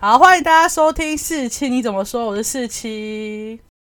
好，欢迎大家收听47你怎么说，我是47。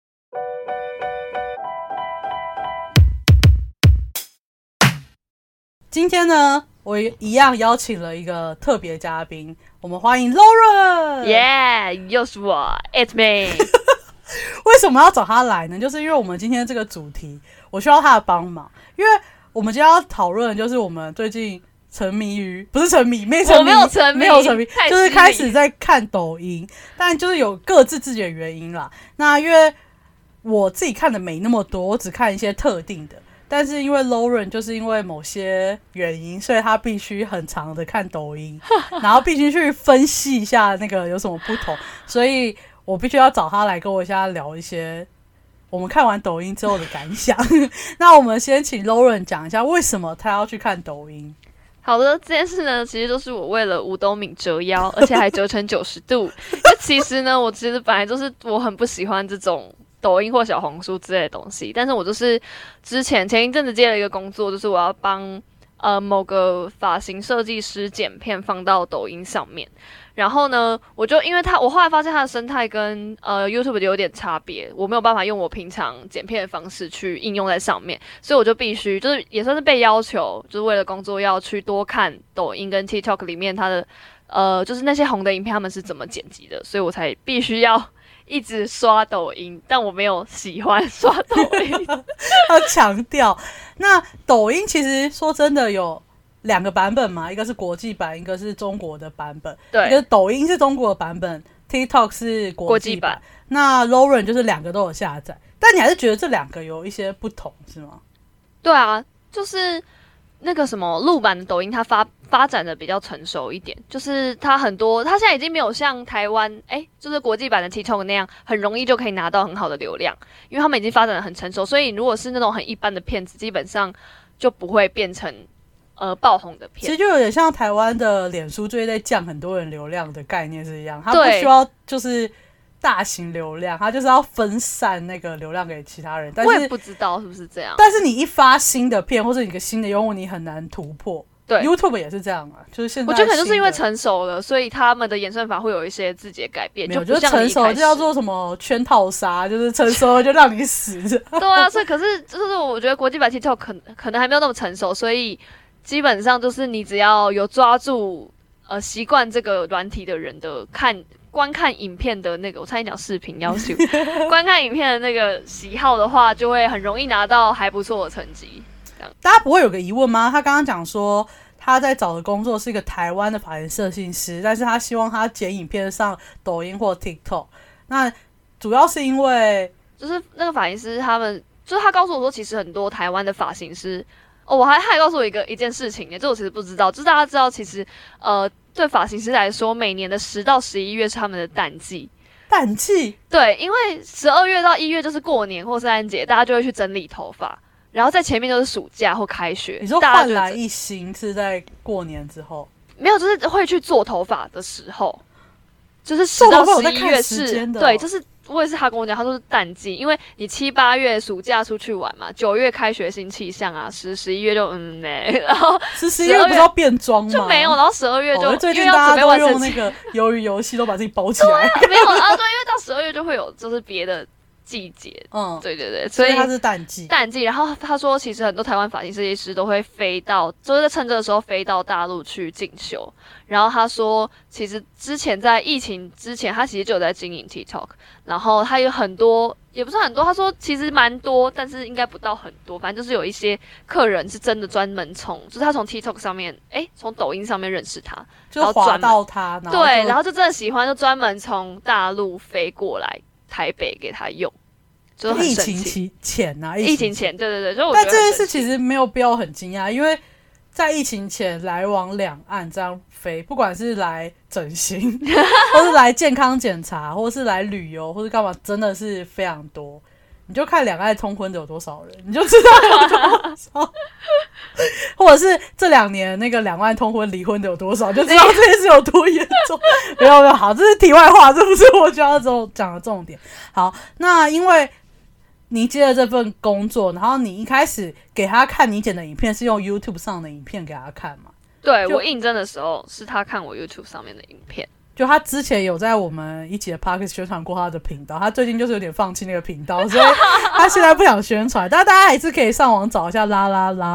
今天呢，我一样邀请了一个特别嘉宾，我们欢迎 Lauren。 耶，又是我 ，It's me 。 为什么要找他来呢？就是因为我们今天这个主题，我需要他的帮忙，因为我们今天要讨论的就是我们最近沉迷于，不是沉迷，没沉迷， 我没有沉迷， 就是开始在看抖音，但就是有各自己的原因啦。那因为我自己看的没那么多，我只看一些特定的。但是因为 Lauren 就是因为某些原因，所以他必须很长的看抖音，然后必须去分析一下那个有什么不同，所以我必须要找他来跟我一下聊一些我们看完抖音之后的感想。那我们先请 Lauren 讲一下为什么他要去看抖音。 好的，这件事呢，其实都是我为了五斗米折腰，而且还折成90度。因为其实呢，我其实本来就是我很不喜欢这种抖音或小红书之类的东西，但是我就是前一阵子接了一个工作，就是我要帮某个发型设计师剪片放到抖音上面。然后呢，我就因为我后来发现它的生态跟YouTube 有点差别，我没有办法用我平常剪片的方式去应用在上面，所以我就必须就是也算是被要求，就是为了工作要去多看抖音跟 TikTok 里面它的就是那些红的影片他们是怎么剪辑的，所以我才必须要一直刷抖音，但我没有喜欢刷抖音。 要强调，那抖音其实说真的有2个版本嘛，一个是国际版，一个是中国的版本。 对， 一个抖音是中国的版本 ，TikTok 是国际版。那 Lauren 就是2个都有下载，但你还是觉得这2个有一些不同，是吗？ 对啊，就是那个什么陆版的抖音，它发展的比较成熟一点，就是它很多，它现在已经没有像台湾就是国际版的 TikTok 那样很容易就可以拿到很好的流量，因为他们已经发展的很成熟，所以如果是那种很一般的片子，基本上就不会变成爆红的片。 其实就有点像台湾的脸书最近在降很多人流量的概念是一样，它不需要就是大型流量，它就是要分散那个流量给其他人。但是我也不知道是不是这样， 但是你一发新的片或者一个新的用户，你很难突破。 对 ，YouTube 也是这样啊，就是现在我觉得可能就是因为成熟了，所以他们的演算法会有一些自己的改变， 没有， 就不像成熟就叫做什么圈套杀，就是成熟了就让你死。 对啊，所以可是就是我觉得国际版 TikTok 可能还没有那么成熟，所以基本上就是你只要有抓住习惯这个软体的人的观看影片的那个，我差点讲视频要求观看影片的那个喜好的话，就会很容易拿到还不错的成绩。 大家不会有个疑问吗？他刚刚讲说他在找的工作是一个台湾的发型设计师，但是他希望他剪影片上抖音或 TikTok。那主要是因为就是那个发型师他们，就是他告诉我说，其实很多台湾的发型师，他还告诉我一件事情，这我其实不知道，就是大家知道，其实对发型师来说，每年的10到11月是他们的淡季。 淡季？ 对，因为12月到1月就是过年或圣诞节，大家就会去整理头发。然后在前面就是暑假或开学， 你说焕然一新是在过年之后？ 没有，就是会去做头发的时候，就是10到11月是，对，就是我也是他跟我讲，他说是淡季，因为你7、8月暑假出去玩嘛，9月开学新气象啊，10、11月就然后 10、11月不是要变装吗？ 就没有，然后12月就最近大家都用那个鱿鱼游戏都把自己包起来， 没有，然后对，因为到12月就会有就是别的季节，对对对， 所以它是淡季。 然后他说，其实很多台湾发型设计师都会飞到，就是在趁这个时候飞到大陆去进修。然后他说，其实之前在疫情之前，他其实就有在经营 TikTok， 然后他有很多，也不是很多，他说其实蛮多，但是应该不到很多，反正就是有一些客人是真的专门就是他从 TikTok 上面，从抖音上面认识他， 就滑到他， 对，然后就真的喜欢，就专门从大陆飞过来台北给他用。就很疫情前啊， 疫情前，对对对，所以我觉得但这件事其实没有必要很惊讶，因为在疫情前来往两岸这样飞，不管是来整形，或是来健康检查，或是来旅游，或是干嘛，真的是非常多。你就看两岸通婚的有多少人，你就知道有多少，或者是这2年那个两岸通婚离婚的有多少，就知道这件事有多严重。没有，好，这是题外话，这不是我就要讲的重点。好，那因为你接了这份工作，然后你一开始给他看你剪的影片是用 YouTube 上的影片给他看嘛？ 对，我应征的时候是他看我 YouTube 上面的影片。 就他之前有在我们一起的 podcast 宣传过他的频道，他最近就是有点放弃那个频道，所以他现在不想宣传。但大家还是可以上网找一下啦啦啦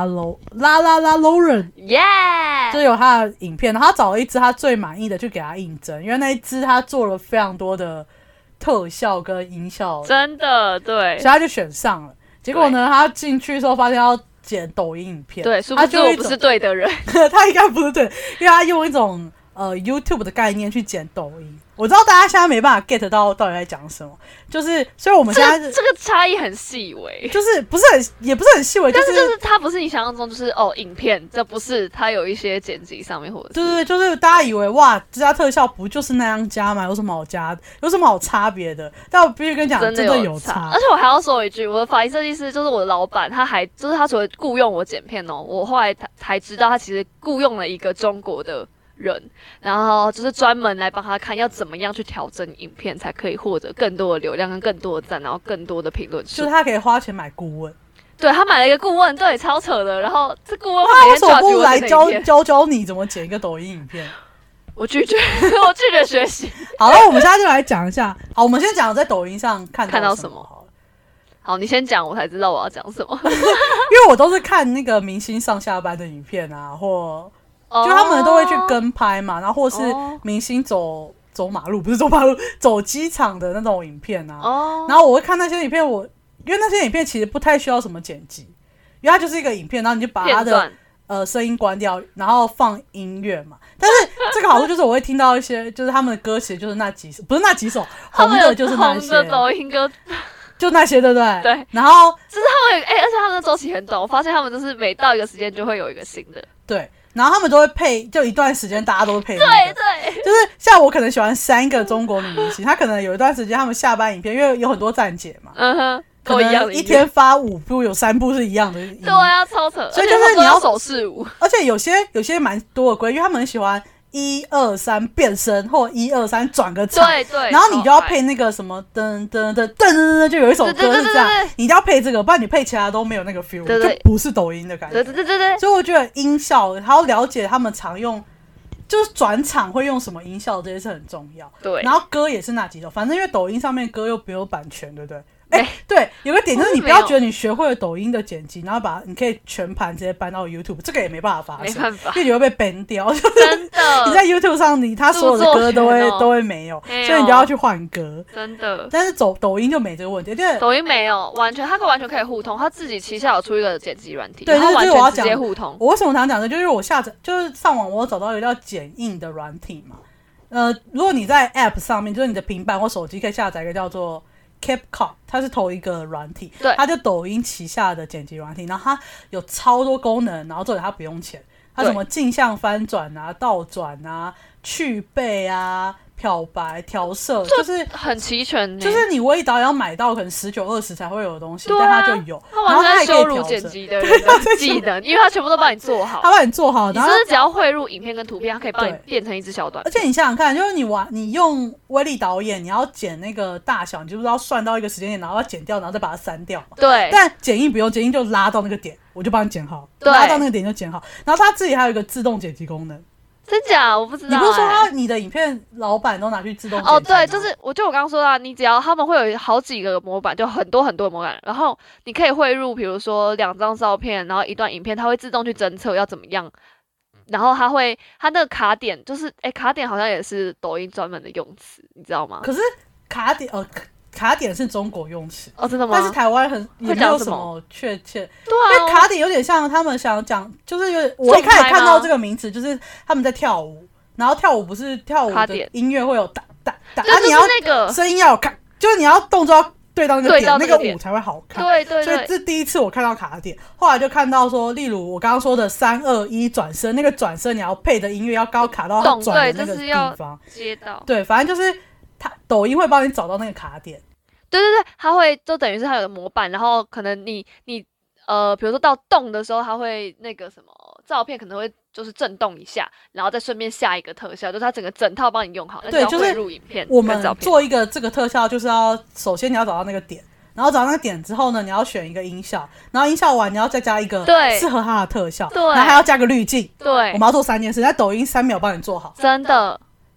Lauren， 耶、 就有他的影片。然后他找了一支他最满意的去给他应征，因为那一支他做了非常多的特效跟音效， 真的对， 所以他就选上了。结果呢，他进去的时候发现要剪抖音影片， 对，殊不知我不是对的人。 他应该不是对，因为他用一种YouTube 的概念去剪抖音。我知道大家现在没办法 get 到底在讲什么，就是所以我们现在这个差异很细微， 就是不是很也不是很细微， 但是就是它不是你想象中就是影片，这不是它有一些剪辑上面或者是对，就是大家以为哇这家特效不就是那样加吗？有什么好加的？有什么好差别的？但我必须跟你讲，真的有差。 而且我还要说一句，我的发型设计师就是我的老板，他还就是他除了雇佣我剪片哦，我后来才知道他其实雇佣了一个中国的人，然后就是专门来帮他看要怎么样去调整影片，才可以获得更多的流量跟更多的赞，然后更多的评论数。 就是他可以花钱买顾问， 对他买了一个顾问，对，超扯的。然后这顾问他为什么不来教你怎么剪一个抖音影片？ 我拒绝，我拒绝学习。 好了，我们现在就来讲一下。好，我们先讲在抖音上看到什么好了。 好，你先讲，我才知道我要讲什么。 因为我都是看那个明星上下班的影片啊，或就他们都会去跟拍嘛，然后或是明星走马路，不是走马路，走机场的那种影片啊。然后我会看那些影片，因为那些影片其实不太需要什么剪辑，因为它就是一个影片，然后你就把它的声音关掉，然后放音乐嘛。但是这个好处就是我会听到一些，就是他们的歌其实就是那几首，不是那几首红的，就是那些红的抖音歌。 就那些，对不对？ 对。 然后就是他们，而且他们的周期很短，我发现他们就是每到一个时间就会有一个新的。 对。然后他们都会配，就一段时间大家都会配、那个。对， 就是像我可能喜欢3个中国女明星，他可能有一段时间他们下班影片，因为有很多站姐嘛， 都一样的， 一天发5部，有3部是一样的。 对啊，超扯。 所以就是你要手势舞， 而且有些蛮多的规，因为他们很喜欢1、2、3变身，或1、2、3转个场， 对， 然后你就要配那个什么噔噔噔噔噔，就有一首歌是这样，你一定要配这个，不然你配其他都没有那个 feel， 就不是抖音的感觉。 对。 所以我觉得音效还要了解他们常用，就是转场会用什么音效，这些是很重要。 对， 然后歌也是那几首，反正因为抖音上面歌又没有版权，对不对？对，有个点就是你不要觉得你学会了抖音的剪辑，然后你可以全盘直接搬到 YouTube， 这个也没办法发生， 没办法， 因为你会被 ban 掉。 真的， 你在 YouTube 上他所有的歌都会没有，所以你就要去换歌。 真的， 但是抖音就没这个问题， 抖音没有完全，它完全可以互通，它自己旗下有出一个剪辑软体， 对， 它完全直接互通。 我为什么常讲的，就是我就是上网我找到一个叫剪映的软体嘛。如果你在 App 上面，就是你的平板或手机可以下载一个叫做CapCut， 它是头一个软体， 对， 它就抖音旗下的剪辑软体，然后它有超多功能，然后重点它不用钱，它什么镜像翻转啊、倒转啊、去背啊、漂白、调色，就是很齐全， 就是你唯一导演要买到可能19、20才会有的东西， 但它就有， 它完全羞辱剪辑的人的技能，因为它全部都帮你做好， 它帮你做好， 你是只要汇入影片跟图片，它可以帮你变成一支小短片。 而且你想想看，就是你用威力导演，你要剪那个大小，你就是要算到一个时间点，然后要剪掉，然后再把它删掉嘛。 对。 但剪映不用，剪映就拉到那个点，我就帮你剪好，拉到那个点就剪好。然后它自己还有一个自动剪辑功能。 真假？我不知道。 你不是说你的影片老板都拿去自动剪辑吗？ 对，就是我刚刚说的，你只要他们会有好几个模板，就很多很多的模板，然后你可以汇入，比如说2张照片，然后1段影片，它会自动去侦测要怎么样，然后它那个卡点就是卡点好像也是抖音专门的用词，你知道吗？ 可是卡点是中国用词真的吗？ 但是台湾也没有什么确切，对啊，因为卡点有点像他们想讲，就是我一开始看到这个名词，就是他们在跳舞，然后跳舞不是跳舞的音乐会有打， 你要那个声音要有看，就是你要动作要对到那个点，那个舞才会好看。 对， 所以这第一次我看到卡点，后来就看到说，例如我刚刚说的3、2、1转身，那个转身你要配的音乐要高卡到它转的那个地方， 接到。 对，反正就是抖音会帮你找到那个卡点。 对，它会就等于是它有个模板，然后可能你比如说到动的时候，它会那个什么照片可能会就是震动一下，然后再顺便下一个特效，就是它整个整套帮你用好。 对，就是入影片。 我们做一个这个特效，就是首先你要找到那个点，然后找到那个点之后呢，你要选一个音效，然后音效完你要再加一个适合它的特效， 对， 然后还要加个滤镜。 对， 我们要做3件事，在抖音3秒帮你做好。 真的。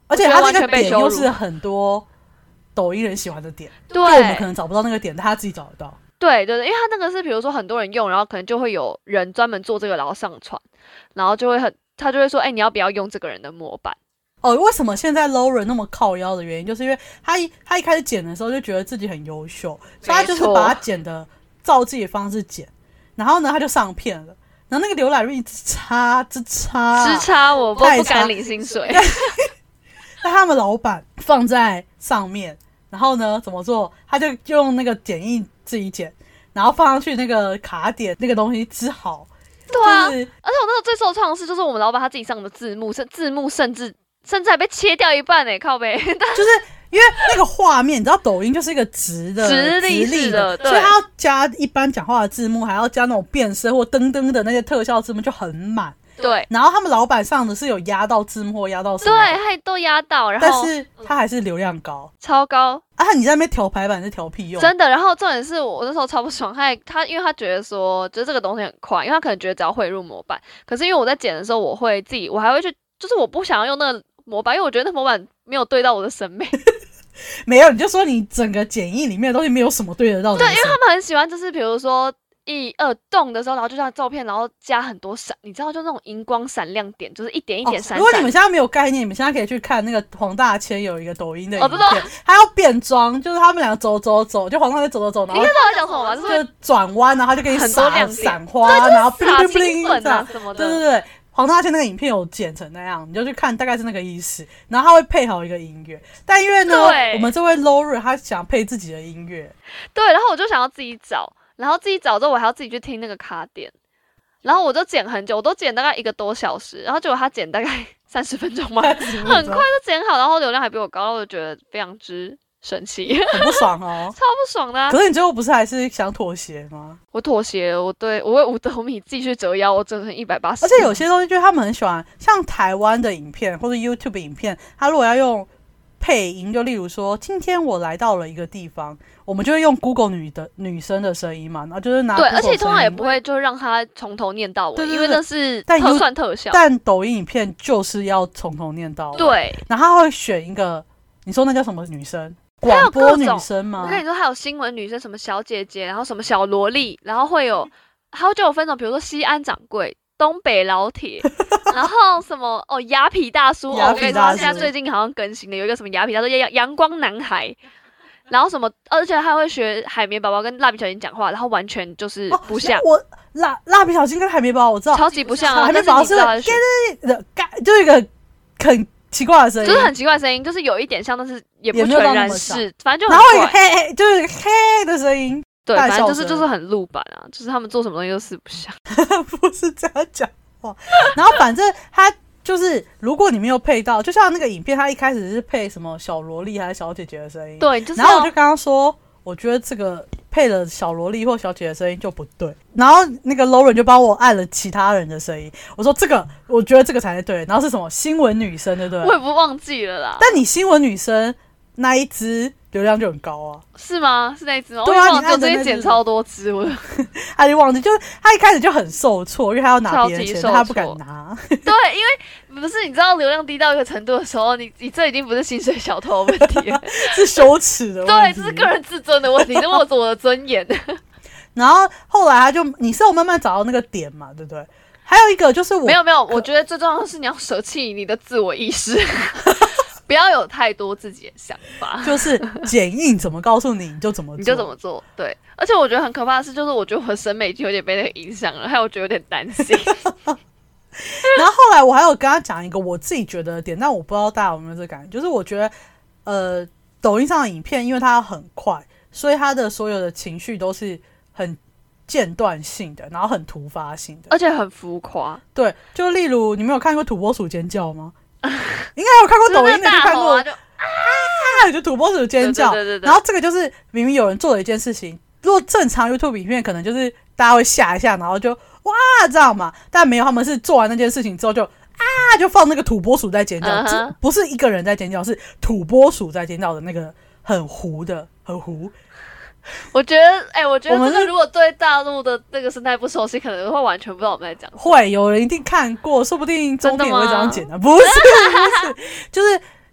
而且他这个点又是很多抖音人喜欢的点， 对， 我们可能找不到那个点，但他自己找得到。 对对对，因为他那个是比如说很多人用，然后可能就会有人专门做这个，然后上传，然后就会他就会说，你要不要用这个人的模板？ 为什么现在 Lauren 那么靠腰的原因，就是因为他一开始剪的时候就觉得自己很优秀，所以他就是把它剪的照自己的方式剪，然后呢他就上片了，然后那个浏览率一直差， 我不敢领薪水。 但他们老板放在上面，然后呢怎么做？他就用那个剪映自己剪，然后放上去那个卡点那个东西织好。 对啊，而且我那时候最受创的是，就是我们老板他自己上的字幕甚至还被切掉一半靠北。 就是因为那个画面，你知道抖音就是一个直立的，所以他要加一般讲话的字幕，还要加那种变声或噔噔的那些特效字幕，就很满。 对， 然后他们老板上的是有压到字幕或压到什么， 对，还都压到，然后但是他还是流量高， 超高啊！你在那边调排版是调屁用？ 真的。然后重点是我那时候超不爽，他因为他觉得说，就是这个东西很快，因为他可能觉得只要汇入模板，可是因为我在剪的时候，我还会去，就是我不想要用那个模板，因为我觉得那模板没有对到我的审美。 没有，你就说你整个剪映里面的东西没有什么对得到。 对，因为他们很喜欢，就是比如说动的时候，然后就像照片，然后加很多闪，你知道，就那种荧光闪亮点，就是一点一点闪闪。 如果你们现在没有概念，你们现在可以去看那个黄大千有一个抖音的影片， 哦、 他要变装，就是他们两个走，就黄大千走，然后你知道我在讲什么吗？ 就是转弯，然后就给你闪花， 对， 然后撒金粉啊什么的。 对。黄大千那个影片有剪成那样，你就去看，大概是那个意思。然后他会配好一个音乐，但因为呢，我们这位 Lauren 他想配自己的音乐， 对，然后我就想要自己找。然后自己找之后，我还要自己去听那个卡点，然后我就剪很久，我都剪大概1个多小时，然后结果他剪大概30分钟嘛，很快就剪好，然后流量还比我高，然后我就觉得非常之生气， 很不爽哦， 超不爽的。 可是你最后不是还是想妥协吗？ 我妥协了，我为5斗米继续折腰，我折成180。 而且有些东西就是他们很喜欢，像台湾的影片或者 YouTube 影片，他如果要用配音，就例如说今天我来到了一个地方，我们就会用 Google 女生的声音嘛，然后就是拿 Google 对，而且通常也不会就让他从头念到尾， 对， 因为那是算特效。 但抖音影片就是要从头念到尾， 对，然后他会选一个，你说那叫什么女生？广播女生吗？ 我跟你说，还有新闻女生，什么小姐姐，然后什么小萝莉，然后就有分种，比如说西安掌柜、东北老铁，然后什么雅痞大叔，我跟你说，现在最近好像更新的有一个什么雅痞大叔，阳光男孩，然后什么，而且还会学海绵宝宝跟蜡笔小新讲话，然后完全就是不像。 蜡笔小新跟海绵宝宝我知道， 超级不像啊！ 海绵宝宝是就一个很奇怪的声音， 就是很奇怪的声音，就是有一点像，但是也不全然是，反正就然后一个嘿，就是嘿的声音。 对，反正就是很路版啊，就是他们做什么东西都四不像， 不是这样讲话。然后反正他就是，如果你没有配到，就像那个影片，他一开始是配什么小萝莉还是小姐姐的声音， 对，就是。 然后我就刚刚说，我觉得这个配了小萝莉或小姐的声音就不对。然后那个 Lauren 就帮我按了其他人的声音，我说这个，我觉得这个才是对。然后是什么新闻女生，对不对？ 我也不忘记了啦。 但你新闻女生那一支流量就很高啊， 是吗？是那一支吗？ 对啊， 我最近剪超多支，我他就忘记，就是他一开始就很受挫，因为他要拿别人钱，他不敢拿。 对，因为不是你知道流量低到一个程度的时候，你这已经不是薪水小偷的问题了， 是羞耻的问题， 对，这是个人自尊的问题，这握着我的尊严。 然后后来你是有慢慢找到那个点嘛，对不对？还有一个就是没有，我觉得最重要的是你要舍弃你的自我意识。不要有太多自己的想法， 就是剪映怎么告诉你，你就怎么做， 你就怎么做。对，而且我觉得很可怕的是，就是我觉得我的审美已经有点被那个影响了，还有我觉得有点担心。 然后后来我还有跟他讲一个我自己觉得的点，但我不知道大家有没有这个感觉，就是我觉得抖音上的影片，因为它很快，所以它的所有的情绪都是很间断性的，然后很突发性的， 而且很浮夸。 对，就例如你没有看过土拨鼠尖叫吗？应该有看过抖音的，就看过就土拨鼠尖叫， 对。 然后这个就是明明有人做了一件事情，如果正常 YouTube 影片可能就是大家会吓一下，然后就哇这样嘛，但没有，他们是做完那件事情之后就放那个土拨鼠在尖叫，这不是一个人在尖叫，是土拨鼠在尖叫的那个很糊。 我觉得，我觉得这个如果对大陆的那个生态不熟悉，可能会完全不知道我们在讲什么。 会有人一定看过，说不定中间也会这样剪的，不是，就是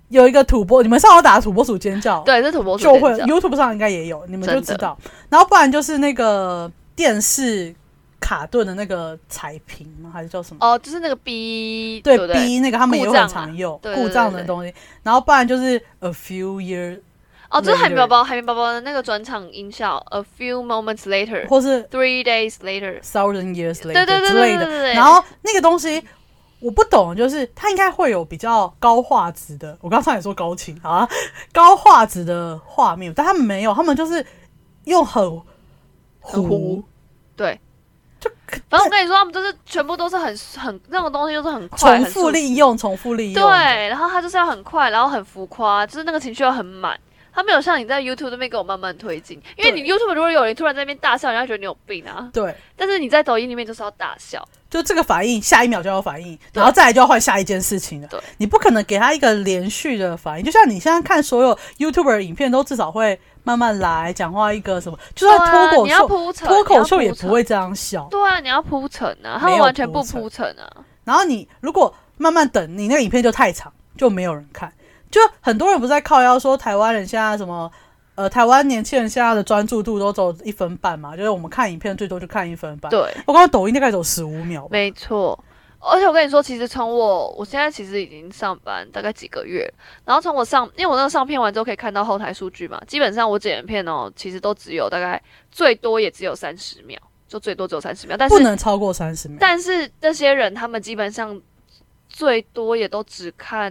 有一个土拨，你们上网打土拨鼠尖叫， 对，是土拨鼠就会尖叫 YouTube 上应该也有，你们就知道。然后不然就是那个电视卡顿的那个彩屏吗？还是叫什么？ 哦，就是那个 B， 对不对 B 那个他们也会很常用故障的东西。然后不然就是 A few years。 哦，就是海绵宝宝的那个转场音效 ，A few moments later， 或是 3 days later， thousand years later 对之类的。然后那个东西我不懂，就是它应该会有比较高画质的。我刚才也说高清啊，高画质的画面，但他们没有，他们就是用很糊， 对。 就反正我跟你说，他们就是全部都是很那种东西，就是很快， 重复利用。 对，然后它就是要很快，然后很浮夸，就是那个情绪要很满。他没有像你在 YouTube 那边给我慢慢推进，因为你 YouTube 如果有人突然在那边大笑，人家觉得你有病啊。 对。 但是你在抖音里面就是要大笑， 就这个反应，下一秒就要反应，然后再来就要换下一件事情了。 对， 你不可能给他一个连续的反应，就像你现在看所有 YouTuber 的影片，都至少会慢慢来讲话一个什么，就算脱口秀也不会这样笑。 对啊，你要铺陈啊，他们完全不铺陈啊。 然后你如果慢慢等，你那个影片就太长，就没有人看。就很多人不是在靠腰说台湾人现在什么台湾年轻人现在的专注度都走1分半嘛，就是我们看影片最多就看1分半。 对， 我刚刚抖音大概走15秒。 没错，而且我跟你说，其实从我现在其实已经上班大概几个月，然后从因为我那个上片完之后可以看到后台数据嘛，基本上我剪的片哦，其实都只有大概最多也只有30秒，就最多只有30秒，但是不能超过30秒。 但是这些人他们基本上最多也都只看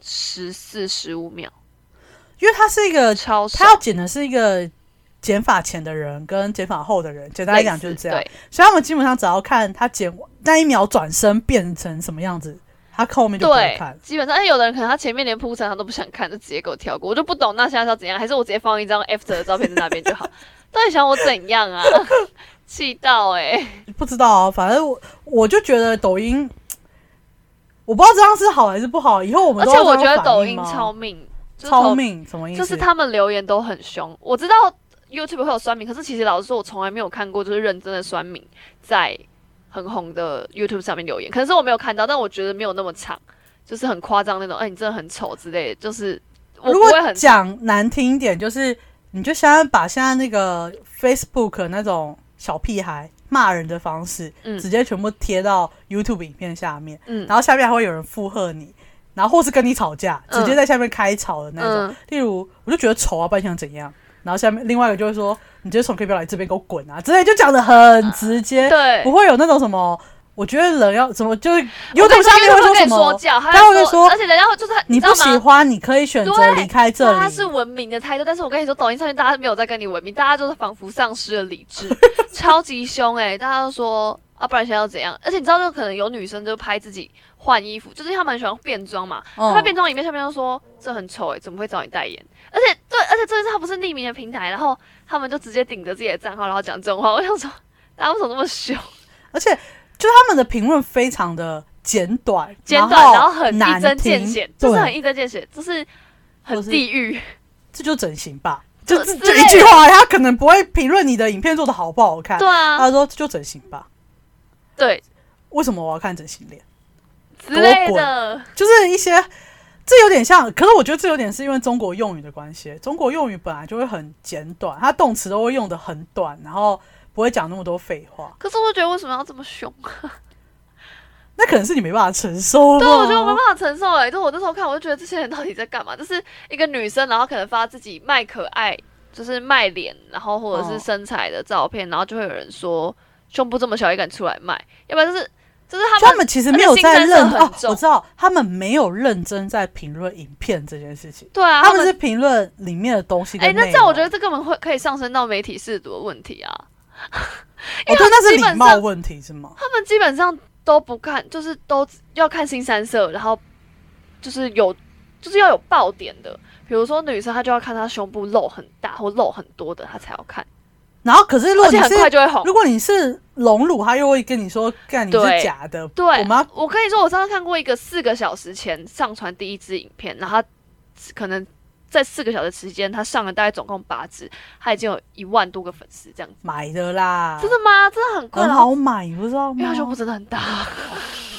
14、15秒。 因为他是一个超少， 他要剪的是一个剪发前的人跟剪发后的人，简单来讲就是这样。所以他们基本上只要看他剪那一秒转身变成什么样子，他后面就不会看。 基本上，有的人可能他前面连铺陈他都不想看，就直接给我跳过。我就不懂那现在是要怎样，还是我直接放一张 after 的照片在那边就好？到底想我怎样啊？气到不知道啊，反正我就觉得抖音，我不知道这样是好还是不好。以后我们都要这样反应吗？ 而且我觉得抖音超命。 超命什么意思？ 就是他们留言都很凶。我知道 YouTube 会有酸民，可是其实老实说，我从来没有看过就是认真的酸民在很红的 YouTube 上面留言。可是我没有看到，但我觉得没有那么长，就是很夸张那种。你真的很丑之类的，就是我不会很讲难听一点，就是你就想把现在那个 Facebook 那种小屁孩骂人的方式，直接全部贴到 YouTube 影片下面，然后下面还会有人附和你。然后或是跟你吵架，直接在下面开吵的那种。例如，我就觉得丑啊，不然想怎样？然后下面另外一个就会说，你这丑可以不要来这边给我滚啊之类，就讲得很直接， 对， 不会有那种什么。我觉得人要什么，就是YouTube下面会说什么， 他会说， 而且人家会就是你不喜欢，你可以选择离开这里。 他是文明的态度，但是我跟你说，抖音上面大家没有在跟你文明，大家就是仿佛丧失了理智，超级凶大家都说啊，不然现在要怎样？而且你知道，就可能有女生就拍自己换衣服，就是他们很喜欢变装嘛。他在变装影片下面就说这很丑怎么会找你代言？而且这次他不是匿名的平台，然后他们就直接顶着自己的账号，然后讲这种话。我想说，大家为什么那么凶？ 而且就是他们的评论非常的简短， 然后很一针见血，就是很一针见血，就是很地狱。这就整形吧。就一句话，他可能不会评论你的影片做的好不好看。 对啊， 他说这就整形吧。 对， 为什么我要看整形脸之类的？ 就是一些，这有点像，可是我觉得这有点是因为中国用语的关系。中国用语本来就会很简短，它动词都会用的很短，然后不会讲那么多废话。 可是我觉得为什么要这么凶？ 那可能是你没办法承受。 对，我觉得我没办法承受就我那时候看，我就觉得这些人到底在干嘛？就是一个女生，然后可能发自己卖可爱，就是卖脸，然后或者是身材的照片，然后就会有人说胸部这么小也敢出来卖，要不然就是他们其实没有在我知道他们没有认真在评论影片这件事情。 对啊， 他们是评论里面的东西跟内容。 那这样我觉得这根本可以上升到媒体识读的问题啊。 对，那是礼貌问题是吗？ 他们基本上都不看，就是都要看新三色，然后就是要有爆点的，比如说女生她就要看她胸部露很大或露很多的，她才要看。 然后可是如果你是很快就会红， 如果你是隆乳，他又会跟你说干你是假的。 对，我跟你说，我上次看过一个4个小时前上传第一支影片，然后他可能在4个小时期间，他上了大概总共8支，他已经有1万多个粉丝这样子。 买的啦， 真的吗？真的很快， 很好买，不知道吗？ 因为他胸部真的很大。 可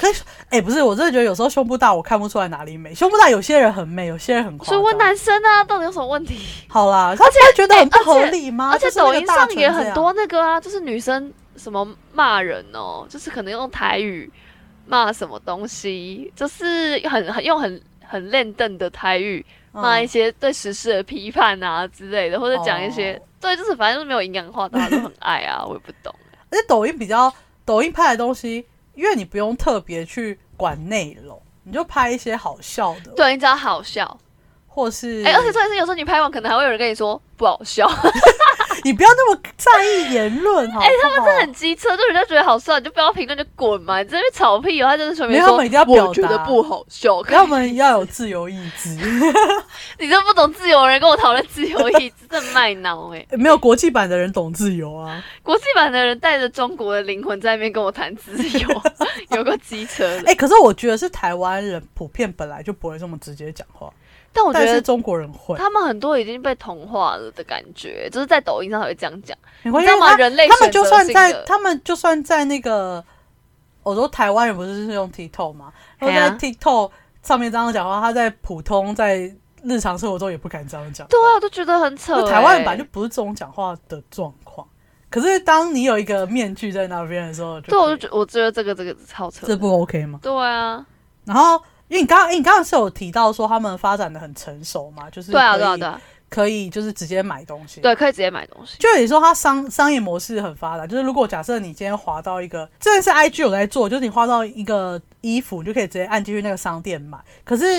可是不是，我真的觉得有时候胸部大我看不出来哪里美，胸部大有些人很美，有些人很夸张。 所以问男生啊，到底有什么问题？ 好啦，他觉得很不合理吗？ 而且抖音上也很多那个啊，就是女生什么骂人哦，就是可能用台语骂什么东西，就是用很练邓的台语骂一些对时事的批判啊之类的，或者讲一些对，就是反正就是没有营养化，大家都很爱啊，我也不懂。 而且抖音拍的东西，因为你不用特别去管内容，你就拍一些好笑的， 对，你只要好笑， 或是而且重点是有时候你拍完，可能还会有人跟你说不好笑。 你不要那么在意言论，好不好？ 他们真的很机车，就人家觉得好笑，你就不要评论就滚嘛，你这边吵屁哦，他真的说明他们一定要表达， 我觉得不好笑， 他们要有自由意志。 你这不懂自由的人跟我讨论自由意志，真的卖脑没有国际版的人懂自由啊， 国际版的人带着中国的灵魂在那边跟我谈自由，有个机车的。 可是我觉得是台湾人普遍本来就不会这么直接讲话。 但我觉得中国人会， 他们很多已经被同化了的感觉，就是在抖音上才会这样讲。 你知道吗？人类他们就算在那个，我说台湾人不是用 TikTok 吗？他在 TikTok 上面这样讲话，他在普通在日常生活中也不敢这样讲。 对啊，我都觉得很扯。 台湾人本来就不是这种讲话的状况，可是当你有一个面具在那边的时候， 对，我觉得这个超扯。 这不 OK 吗？ 对啊， 然后。因为你刚刚是有提到说他们发展的很成熟嘛，就是对啊， 可以就是直接买东西， 对，可以直接买东西。 就你说它商业模式很发达，就是如果假设你今天滑到一个，这是 IG 有在做，就是你滑到一个衣服，你就可以直接按进去那个商店买。可是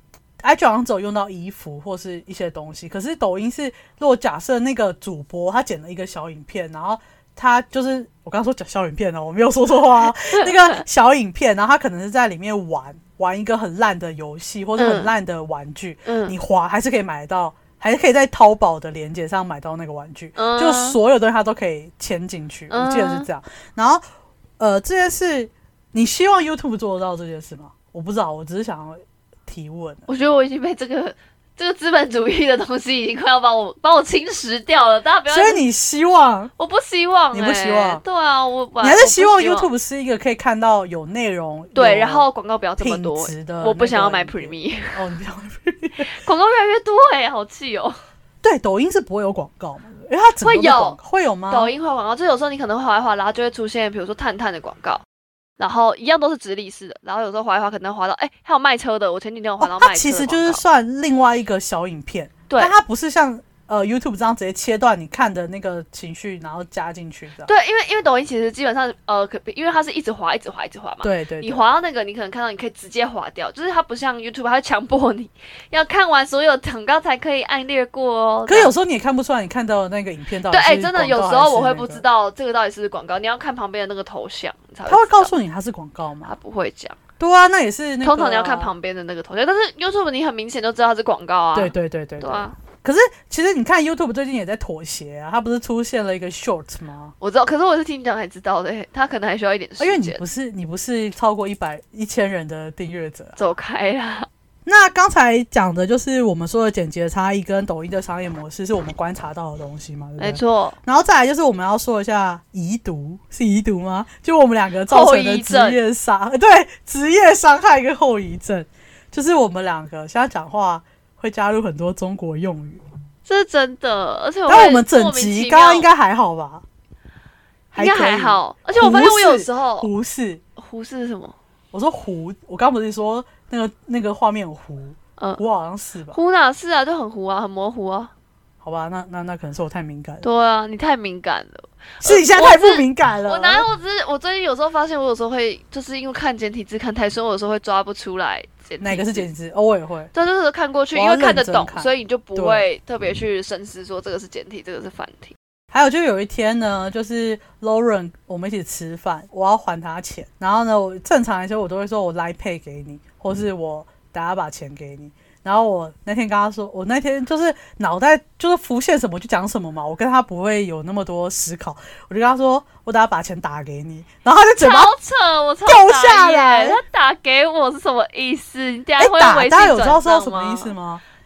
IG 好像只有用到衣服或是一些东西，可是抖音是如果假设那个主播他剪了一个小影片，然后他就是我刚刚说讲小影片哦，我没有说错话那个小影片，然后他可能是在里面玩一个很烂的游戏或者很烂的玩具，你滑还是可以买得到，还是可以在淘宝的链接上买到那个玩具，就所有东西它都可以签进去，我记得是这样。然后这件事你希望 YouTube 做得到这件事吗？我不知道，我只是想要提问。 我觉得我已经被这个资本主义的东西已经快要把我侵蚀掉了，大家不要。 所以你希望？ 我不希望， 你不希望？ 对啊， 你还是希望 YouTube 是一个可以看到有内容， 对，然后广告不要这么多， 品质的。 我不想要买 Premium。 哦，你不想买 Premium？ 广告越来越多好气哦。 对，抖音是不会有广告嘛？因为它整个会有吗？ 抖音会有广告，就有时候你可能滑一滑，然后就会出现，比如说探的广告。然后一样都是直立式的，然后有时候滑一滑可能滑到，还有卖车的，我前几天有滑到卖车的广告。它其实就是算另外一个小影片， 对， 但它不是像YouTube 这样直接切断你看的那个情绪，然后加进去的。 对，因为抖音其实基本上因为它是一直滑嘛， 对， 你滑到那个你可能看到你可以直接滑掉，就是它不像 YouTube 它会强迫你要看完所有广告才可以按略过哦。 可是有时候你也看不出来你看到的那个影片到底是对，真的有时候我会不知道这个到底是广告，你要看旁边的那个头像才会。 他会告诉你它是广告吗？ 他不会讲。 对啊，那也是那个。 通常你要看旁边的那个头像，但是 YouTube 你很明显就知道它是广告啊。 对。 对啊。 可是其实你看 YouTube 最近也在妥协啊，它不是出现了一个 Short 吗？ 我知道，可是我是听你讲才知道的，它可能还需要一点时间。 因为你不是超过1000人的订阅者， 走开啦。 那刚才讲的就是我们说的剪辑的差异跟抖音的商业模式是我们观察到的东西嘛，对不对？ 没错。 然后再来就是我们要说一下遗毒，是遗毒吗？就我们两个造成的职业伤害跟后遗症，就是我们两个现在讲话会加入很多中国用语， 这是真的。而且但我们整集刚刚应该还好吧？ 应该还好。而且我发现我有时候胡适是什么？ 我说糊，我刚不是说那个画面有糊，糊好像是吧？ 糊哪是啊，就很糊啊，很模糊啊。 好吧，那可能是我太敏感了。 对啊，你太敏感了。 是你现在太不敏感了。 我哪有？我最近有时候发现，我有时候会就是因为看简体字看太深，我有时候会抓不出来哪个是简体字。我也会。 对，就是看过去，因为看得懂，所以你就不会特别去深思说这个是简体，这个是繁体。 还有就有一天呢，就是 Lauren 我们一起吃饭，我要还他钱，然后呢，我正常来说我都会说我 Line Pay 给你，或是我等下把钱给你。然后我那天跟他说，我那天就是脑袋就是浮现什么就讲什么嘛，我跟他不会有那么多思考，我就跟他说我等下把钱打给你，然后他就嘴巴超扯，我超掉下来， 他打给我是什么意思？你等下会微信大家有知道是什么意思吗？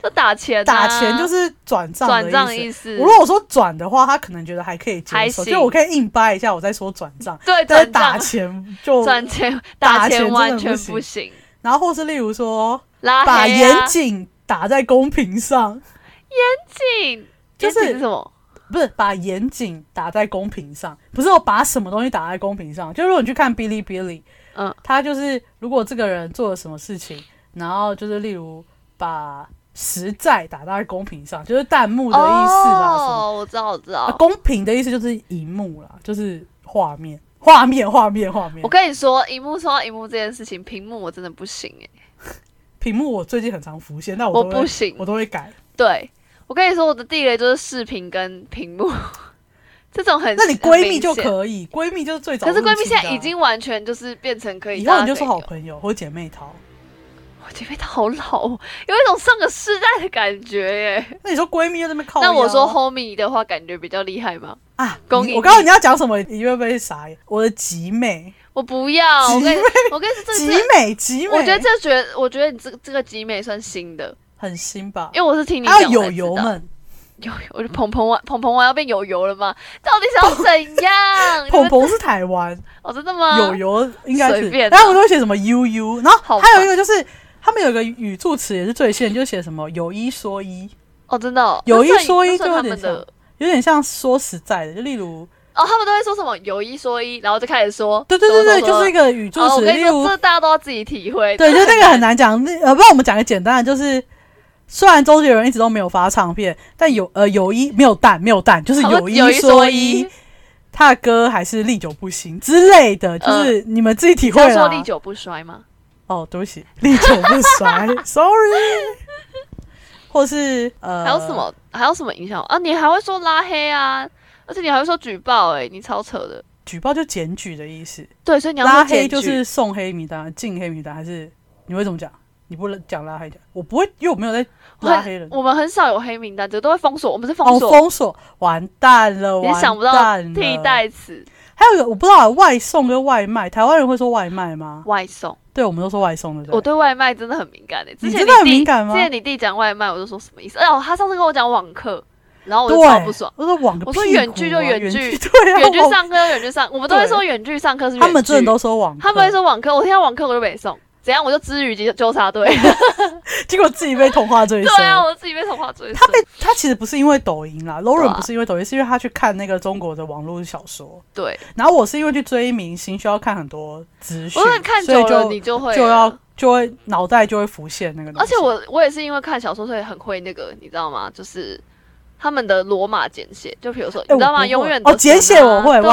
就打钱、啊， 打钱就是转账的意思。 我如果说转的话，他可能觉得还可以接受，就我可以硬掰一下，我再说转账。 对， 但是打钱就打钱完全不行。 然后或是例如说， 把严谨打在公屏上， 严谨就是什么？ 不是把严谨打在公屏上，不是我把什么东西打在公屏上。就如果你去看哔哩哔哩，他就是如果这个人做了什么事情，然后就是例如把实在打在公屏上，就是弹幕的意思啦。 哦，我知道。 公屏的意思就是荧幕啦，就是画面。我跟你说，说到荧幕这件事情，屏幕我真的不行屏幕我最近很常浮现，但我不行， 我都会改。 对，我跟你说，我的地雷就是视频跟屏幕这种很。 那你闺蜜就可以，闺蜜就是最早。 可是闺蜜现在已经完全就是变成可以， 以后你就说好朋友或姐妹淘。 我姐妹淘好老，有一种上个世代的感觉耶。 那你说闺蜜在那边靠腰？ 那我说 homie 的话，感觉比较厉害吗？ 啊，我告诉你要讲什么，你会不会傻眼？我的集妹， 我不要。我跟你说， 集美， 我觉得你这个集美算新的， 很新吧？ 因为我是听你讲才知道。 还有友友们， 我就鹏鹏玩要变友友了吗？到底想要怎样？ 鹏鹏是台湾哦，真的吗？ 友友应该是随便， 然后我都会写什么 UU， 然后还有一个就是。他们有一个语助词也是最新，就写什么有一说一哦，真的有一说一就有点像说实在的，就例如他们都会说什么有一说一，然后就开始说， 对，就是一个语助词。 例如这大家都要自己体会， 对，就那个很难讲。不然我们讲个简单的，就是虽然周杰伦一直都没有发唱片，但有一没有蛋，就是有一说一，他的歌还是历久不新之类的，就是你们自己体会啦。 要说历久不衰吗？ 哦，对不起，历久不衰，sorry。或是还有什么影响啊？你还会说拉黑啊，而且你还会说举报，你超扯的。 举报就检举的意思。 对，所以你要拉黑就是送黑名单、进黑名单，还是你会怎么讲？你不讲拉黑讲，我不会，因为我没有在拉黑人。 我们很少有黑名单，这都会封锁。我们是封锁， 封锁，完蛋了， 你想不到替代词。 还有一个我不知道外送跟外卖，台湾人会说外卖吗？ 外送， 对，我们都说外送的。 我对外卖真的很敏感之前你真的很敏感吗？ 之前你弟讲外卖，我就说什么意思？他上次跟我讲网课，然后我就超不爽。 我说网个屁股啊， 我说远距就远距， 对啊， 远距上课就远距上，我们都会说远距上课是远距。 他们真的都说网课， 他们会说网课，我听到网课我就北送。怎样？我就支语纠察队， 结果自己被同化追。 对啊，我自己被同化追。 他其实不是因为抖音啦 ，Lauren 不是因为抖音，是因为他去看那个中国的网络小说。 对。 然后我是因为去追明星，需要看很多资讯， 我看久了你就会脑袋就会浮现那个东西。 而且我也是因为看小说，所以很会那个，你知道吗？就是他们的罗马简写，就比如说，你知道吗？永远的简写我会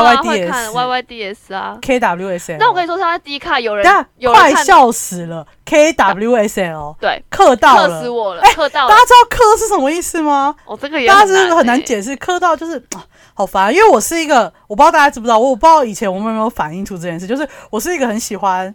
，YYDS 啊 ，KWSL。 那我跟你说，他在 D 卡有人快笑死了 ，KWSL 对， 克到了， 克死我了，克到了。 大家知道克是什么意思吗？ 这个也大家是很难解释，克到就是好烦，因为我是一个，我不知道大家知不知道，我不知道以前我们有没有反映出这件事，就是我是一个很喜欢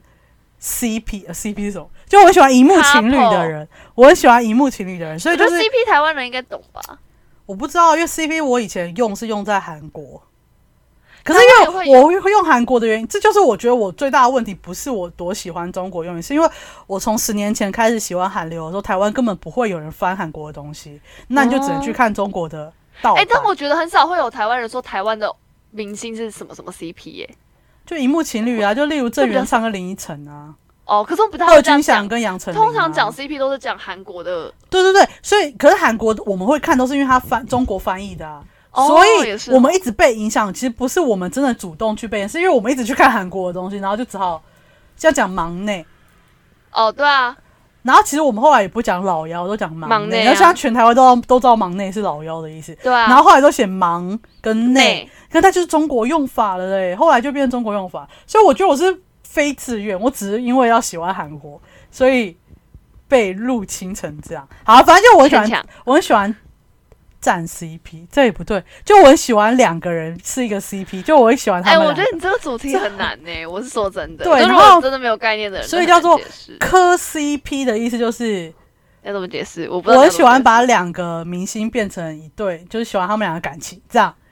CP 是什么？就我很喜欢荧幕情侣的人，我很喜欢荧幕情侣的人，所以就是 CP 台湾人应该懂吧？ 我不知道，因为 CP 我以前是用在韩国，可是因为我会用韩国的原因，这就是我觉得我最大的问题，不是我多喜欢中国用语，是因为我从10年前开始喜欢韩流的时候，台湾根本不会有人翻韩国的东西，那你就只能去看中国的盗版。 但我觉得很少会有台湾人说台湾的明星是什么什么 CP 耶， 就荧幕情侣啊，就例如郑元畅跟林依晨啊。 可是我不太会这样讲。贺军翔跟杨丞琳， 通常讲 CP 都是讲韩国的。 对，所以可是韩国我们会看都是因为他中国翻译的啊，所以我们一直被影响。其实不是我们真的主动去被，是因为我们一直去看韩国的东西，然后就只好这样讲忙内。 对啊。 然后其实我们后来也不讲老妖，都讲忙内，然后现在全台湾都知道忙内是老妖的意思。 对啊。 然后后来都写忙跟内，可是它就是中国用法了嘞。后来就变成中国用法，所以我觉得我是非自愿，我只是因为要喜欢韩国，所以被入侵成这样。好，反正就我很喜欢站 CP， 这也不对，就我很喜欢两个人是一个 CP， 就我很喜欢他们。 我觉得你这个主题很难呢，我是说真的。 对， 然后真的没有概念的人， 所以叫做磕 CP 的意思就是要怎么解释？我不知道。 我很喜欢把两个明星变成一对，就是喜欢他们两个感情这样。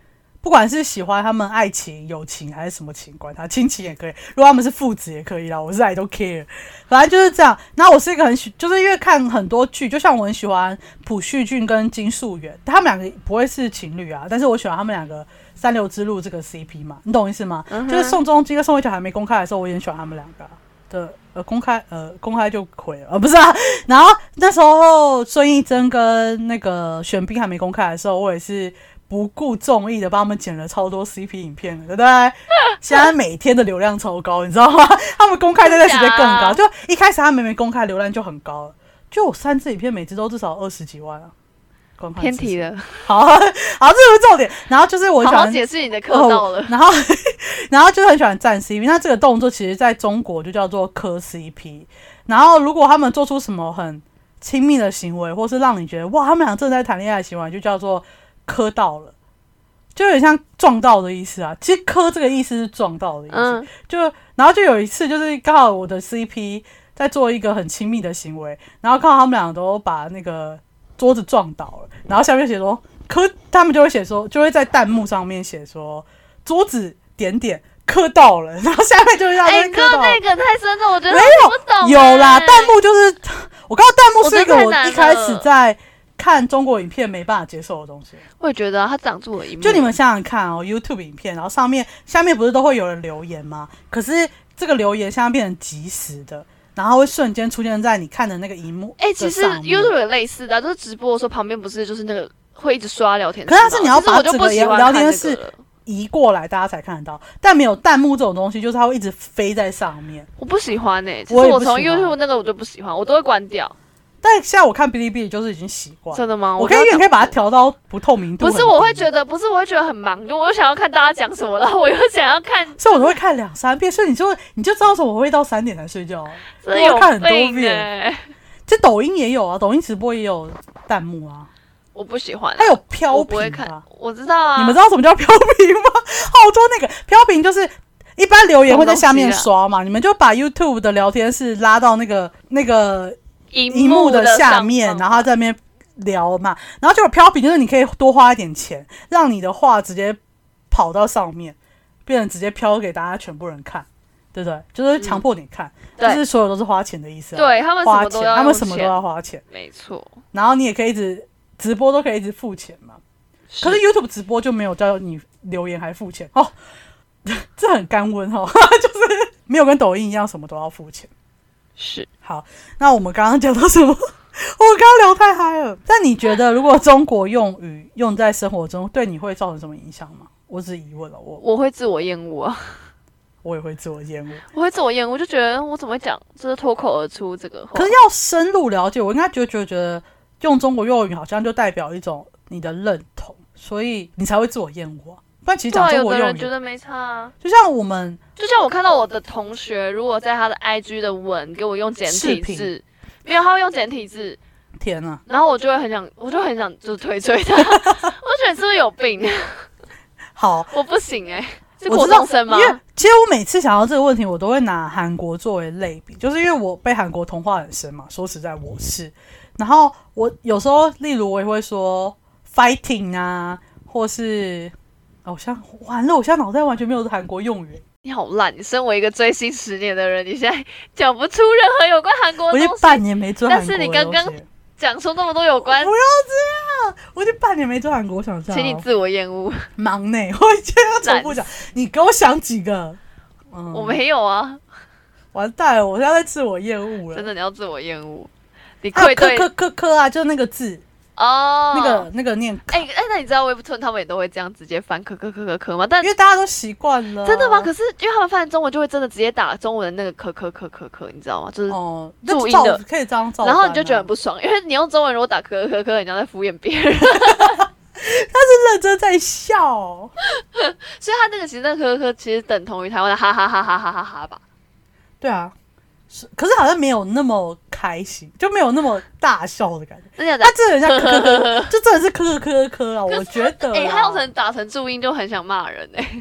不管是喜欢他们爱情、友情还是什么情，管他亲情也可以，如果他们是父子也可以啦，我是 I don't care， 反正就是这样。然后我是一个就是因为看很多剧，就像我很喜欢朴叙俊跟金素媛，他们两个不会是情侣啊，但是我喜欢他们两个三流之路这个 CP 嘛，你懂我意思吗？就是宋仲基跟宋慧乔还没公开的时候，我也很喜欢他们两个的公开就毁了不是啊。然后那时候孙艺珍跟那个玄彬还没公开的时候，我也是不顾众议的帮他们剪了超多 CP 影片的，对不对？现在每天的流量超高，你知道吗？他们公开那段时间更高，就一开始他们没公开流量就很高了，就我3支影片每支都至少20几万啊。 偏题了， 好，这是重点。然后就是我喜欢好好解释你的课到了， 然后就是很喜欢站 CP。那这个动作其实在中国就叫做磕 CP。然后如果他们做出什么很亲密的行为，或是让你觉得哇，他们俩正在谈恋爱的行为，就叫做磕到了，就有点像撞到的意思啊。其实磕这个意思是撞到的意思。然后就有一次，就是刚好我的 CP 在做一个很亲密的行为，然后看到他们俩都把那个桌子撞倒了，然后下面写说他们就会写说，就会在弹幕上面写说桌子点点磕到了，然后下面就会让人磕到了。 那个太深了，我觉得没有啦，弹幕就是我看到弹幕是一个我一开始在看中国影片没办法接受的东西。 我也觉得它挡住了一幕。 就你们想想看哦 ，YouTube 影片，然后下面不是都会有人留言吗？可是这个留言现在变成即时的。然后会瞬间出现在你看的那个荧幕。 其实 YouTube 有类似的，就是直播的时候旁边不是就是那个会一直刷聊天室吗？ 可是你要把整个聊天室移过来，大家才看得到。但没有弹幕这种东西，就是它会一直飞在上面。 我不喜欢其实我从 YouTube 那个我就不喜欢，我都会关掉。 但现在我看哔哩哔哩就是已经习惯。 真的吗？ 我可以把它调到不透明度。 不是，我会觉得很忙，就我又想要看大家讲什么，然后我又想要看， 所以我都会看2-3遍。所以你就知道说我会到3点才睡觉， 真的有看很多遍。其实抖音也有啊，抖音直播也有弹幕啊。 我不喜欢， 它有飘屏， 我不会看。我知道啊， 你们知道什么叫飘屏吗？好多那个飘屏就是一般留言会在下面刷嘛，你们就把 YouTube 的聊天室拉到那个荧幕的下面，然后他在那边聊嘛，然后就有飘屏，就是你可以多花一点钱，让你的话直接跑到上面，变成直接飘给大家全部人看，对不对？就是强迫你看，就是所有都是花钱的意思啊。 对，他们花钱，他们什么都要花钱， 没错。 然后你也可以一直直播，都可以一直付钱嘛。可是 YouTube 直播就没有叫你留言还付钱哦，这很干温哦，就是没有跟抖音一样什么都要付钱。 是， 好，那我们刚刚讲到什么？我刚刚聊太嗨了。但你觉得，如果中国用语用在生活中，对你会造成什么影响吗？我只是疑问了。 我会自我厌恶啊， 我也会自我厌恶。 我会自我厌恶，就觉得我怎么会讲，就是脱口而出这个话。 可是要深入了解，我应该觉得用中国用语好像就代表一种你的认同，所以你才会自我厌恶啊。不然其实讲中国用语，有的人觉得没差啊。 就像我看到我的同学，如果在他的 IG 的文给我用简体字，没有他会用简体字， 天啊！ 然后我就很想就推催他，我就觉得你是不是有病？ 好， 我不行是国中生吗？ 因为其实我每次想到这个问题，我都会拿韩国作为类比，就是因为我被韩国同化很深嘛。说实在，我是。然后我有时候，例如我也会说 fighting 啊，或是完了，我现在脑袋完全没有韩国用语。 你好烂！你身为一个追星10年的人，你现在讲不出任何有关韩国的东西。 我已经半年没追韩国的东西， 但是你刚刚讲出那么多有关， 不要这样！我已经半年没追韩国，我想想， 请你自我厌恶。 忙呢，我今天要重复讲，你给我想几个？ 我没有啊， 完蛋了，我现在在自我厌恶了。 真的，你要自我厌恶。你愧对科啊，就是那个字。 哦， 那个念那你知道 Webtoon 他们也都会这样直接翻科吗？但因为大家都习惯了。 真的吗？可是因为他们翻中文就会真的直接打中文的那个科，你知道吗？就是注音的， 可以这样照。 然后你就觉得很不爽，因为你用中文如果打科，你像在敷衍别人。 他是认真在笑， 所以他那个其实那个科其实等同于台湾的哈哈哈哈哈哈哈吧？ 对啊。可是好像没有那么开心，就没有那么大笑的感觉。他真的很像科，就真的是科啊！我觉得， 他要打成注音就很想骂人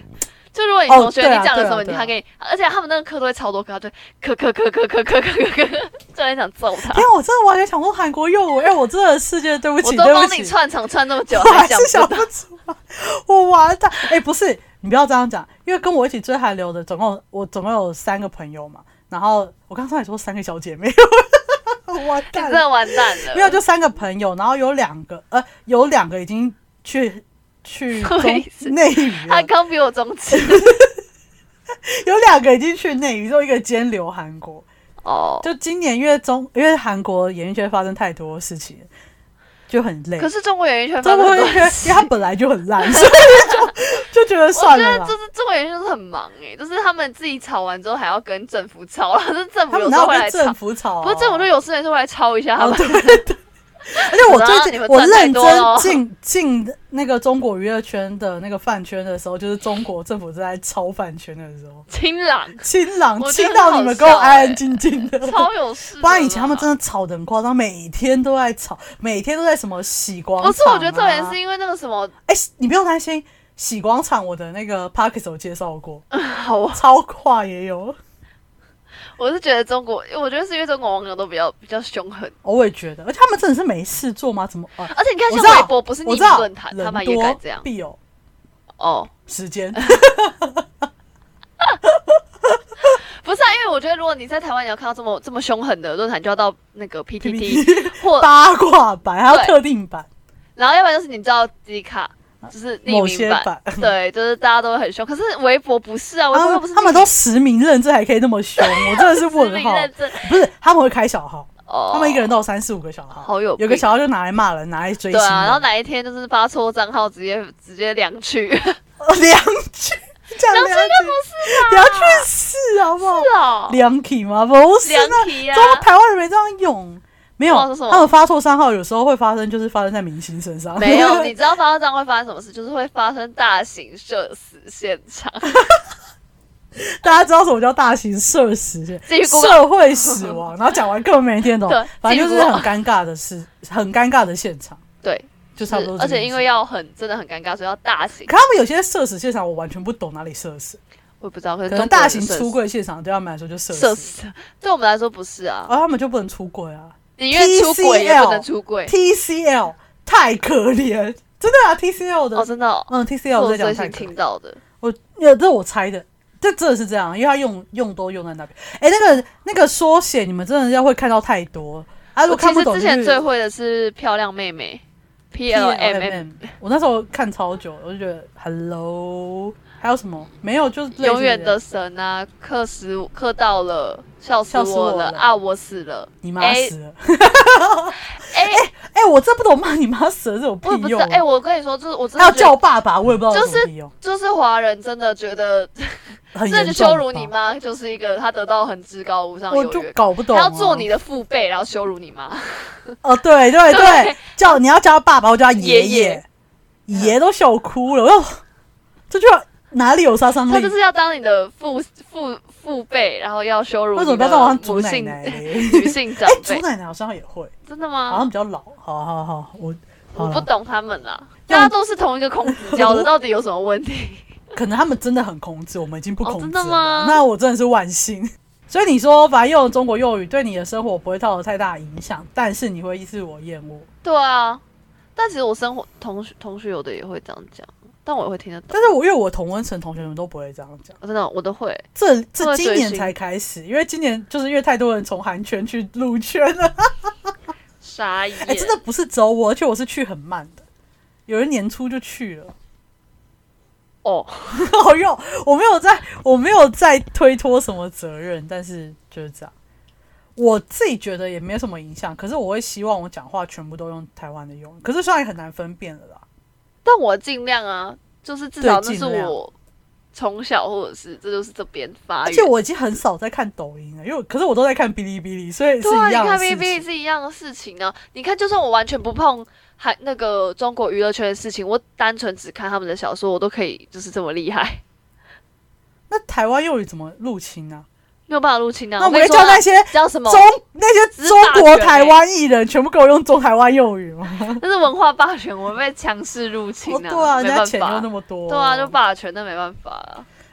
就如果你同学对啊你讲了什么， 对啊他给你，而且他们那个课都会超多课，他就咳，就很想揍他。 天啊，我真的完全想说韩国幼儿，我真的世界对不起， 我都对不起， 帮你串场串那么久， 我还是想不不出来，我完蛋。不是，你不要这样讲，因为跟我一起追韩流的，总共有3个朋友嘛，然后我刚才也说3个小姐妹，完蛋了， 真的完蛋了。 没有，就3个朋友，然后有2个已经去内语了， 他刚比我中指。 有2个已经去内语，就一个兼留韩国。就今年因为韩国演艺圈发生太多事情，就很累。 可是中国演艺圈发生很多事， 因为它本来就很烂，所以就觉得算了啦。 我觉得就是中国演艺圈就是很忙就是他们自己吵完之后还要跟政府吵，然后政府有时候会来吵， 政府吵， 不是政府就有事没事会来抄一下他们。 对。而且我最近我认真进那个中国娱乐圈的那个饭圈的时候，就是中国政府在抄饭圈的时候， 清朗清到你们给我安安静静的， 超有事。 不然以前他们真的吵得很夸张，每天都在吵，每天都在什么洗广场。 不是，我觉得重点是因为那个什么， 你不用担心，洗广场我的那个 Podcast 有介绍过， 好超跨也有。 我是觉得我觉得是因为中国网友都比较凶狠。 我也觉得，而且他们真的是没事做吗？怎么？ 而且你看，像微博不是匿名论坛，他们也敢这样。 必有时间。 不是啊，因为我觉得如果你在台湾，你要看到这么凶狠的论坛，就要到那个 PTT 或八卦版，还有特定版， 然后要不然就是你知道 D 卡。就是匿名版，对，就是大家都会很凶。可是微博不是啊，微博又不是。 他们都实名认证还可以那么凶，我真的是问号。不是，他们会开小号，他们一个人都有3、4、5个小号， 有个小号就拿来骂人，拿来追星。对啊，然后哪一天就是发错账号，直接两去。 两去，这样两去就不是啊， 两去是好不好？ 是哦， 两去吗？不是， 两去啊， 台湾人没这样用。没有，他们发错账号，有时候会发生，就是发生在明星身上。 没有，你知道发错账会发生什么事？就是会发生大型社死现场。 大家知道什么叫大型社死？社会死亡，然后讲完根本没人听懂，反正就是很尴尬的事，很尴尬的现场。 对， 就差不多。 而且因为真的很尴尬，所以要大型。 可他们有些社死现场，我完全不懂哪里社死。 我也不知道，可能大型出柜现场对他们来说就社死， 对我们来说不是啊。 他们就不能出柜啊。 宁愿出轨也不能出柜 ，TCL 太可怜，真的啊 ，TCL 的真的 ，TCL 我在讲太可怜。 听到的， 这我猜的，这真的是这样，因为他用都用在那边。那个缩写，你们真的要会看到太多啊！如果看不懂， 之前最会的是漂亮妹妹 PLMM， 我那时候看超久，我就觉得 Hello。还有什么？没有，就是永远的神啊！课到了，笑死我了啊！我死了， 你妈死了。我真不懂骂你妈死了这种屁用。 我跟你说，就是我真的要叫爸爸，我也不知道有什么屁用。 就是华人真的觉得，这就羞辱你妈，就是一个他得到很至高无上的优越， 我就搞不懂。 他要做你的父辈，然后羞辱你妈。 对，你要叫爸爸，我叫他爷爷都笑哭了。这就哪里有杀伤力？ 他就是要当你的父辈，然后要羞辱你的母性女性长辈。 祖奶奶好像也会， 真的吗？ 好像比较老。好，我不懂他们啦，大家都是同一个孔子教的，到底有什么问题？ 可能他们真的很控制，我们已经不控制了。 真的吗？ 那我真的是万幸。所以你说，反正用中国幼语对你的生活不会造成太大影响，但是你会自我厌恶。 对啊，但其实我生活同学有的也会这样讲。但我也会听得懂， 但是因为我同温层同学们都不会这样讲， 真的我都会。 这今年才开始，因为今年就是因为太多人从韩圈去陆圈了， 傻眼。 真的不是走我，而且我是去很慢的，有人年初就去了。好用，我没有在推脱什么责任，但是就是这样。我自己觉得也没有什么影响，可是我会希望我讲话全部都用台湾的用语，可是虽然很难分辨了啦。 但我尽量啊，就是至少那是我从小或者是这就是这边发育。 而且我已经很少在看抖音了，可是我都在看哔哩哔哩，所以是一样的事情。 你看哔哩哔哩是一样的事情呢。你看，就算我完全不碰那个中国娱乐圈的事情，我单纯只看他们的小说，我都可以就是这么厉害。 那台湾用语怎么入侵啊？ 没有办法入侵啊！ 那我们叫那些叫什么那些中国台湾艺人全部给我用中台湾用语吗？ 那是文化霸权，我们被强势入侵啊！ 对啊，人家钱又那么多。 对啊，就霸权，那没办法啊。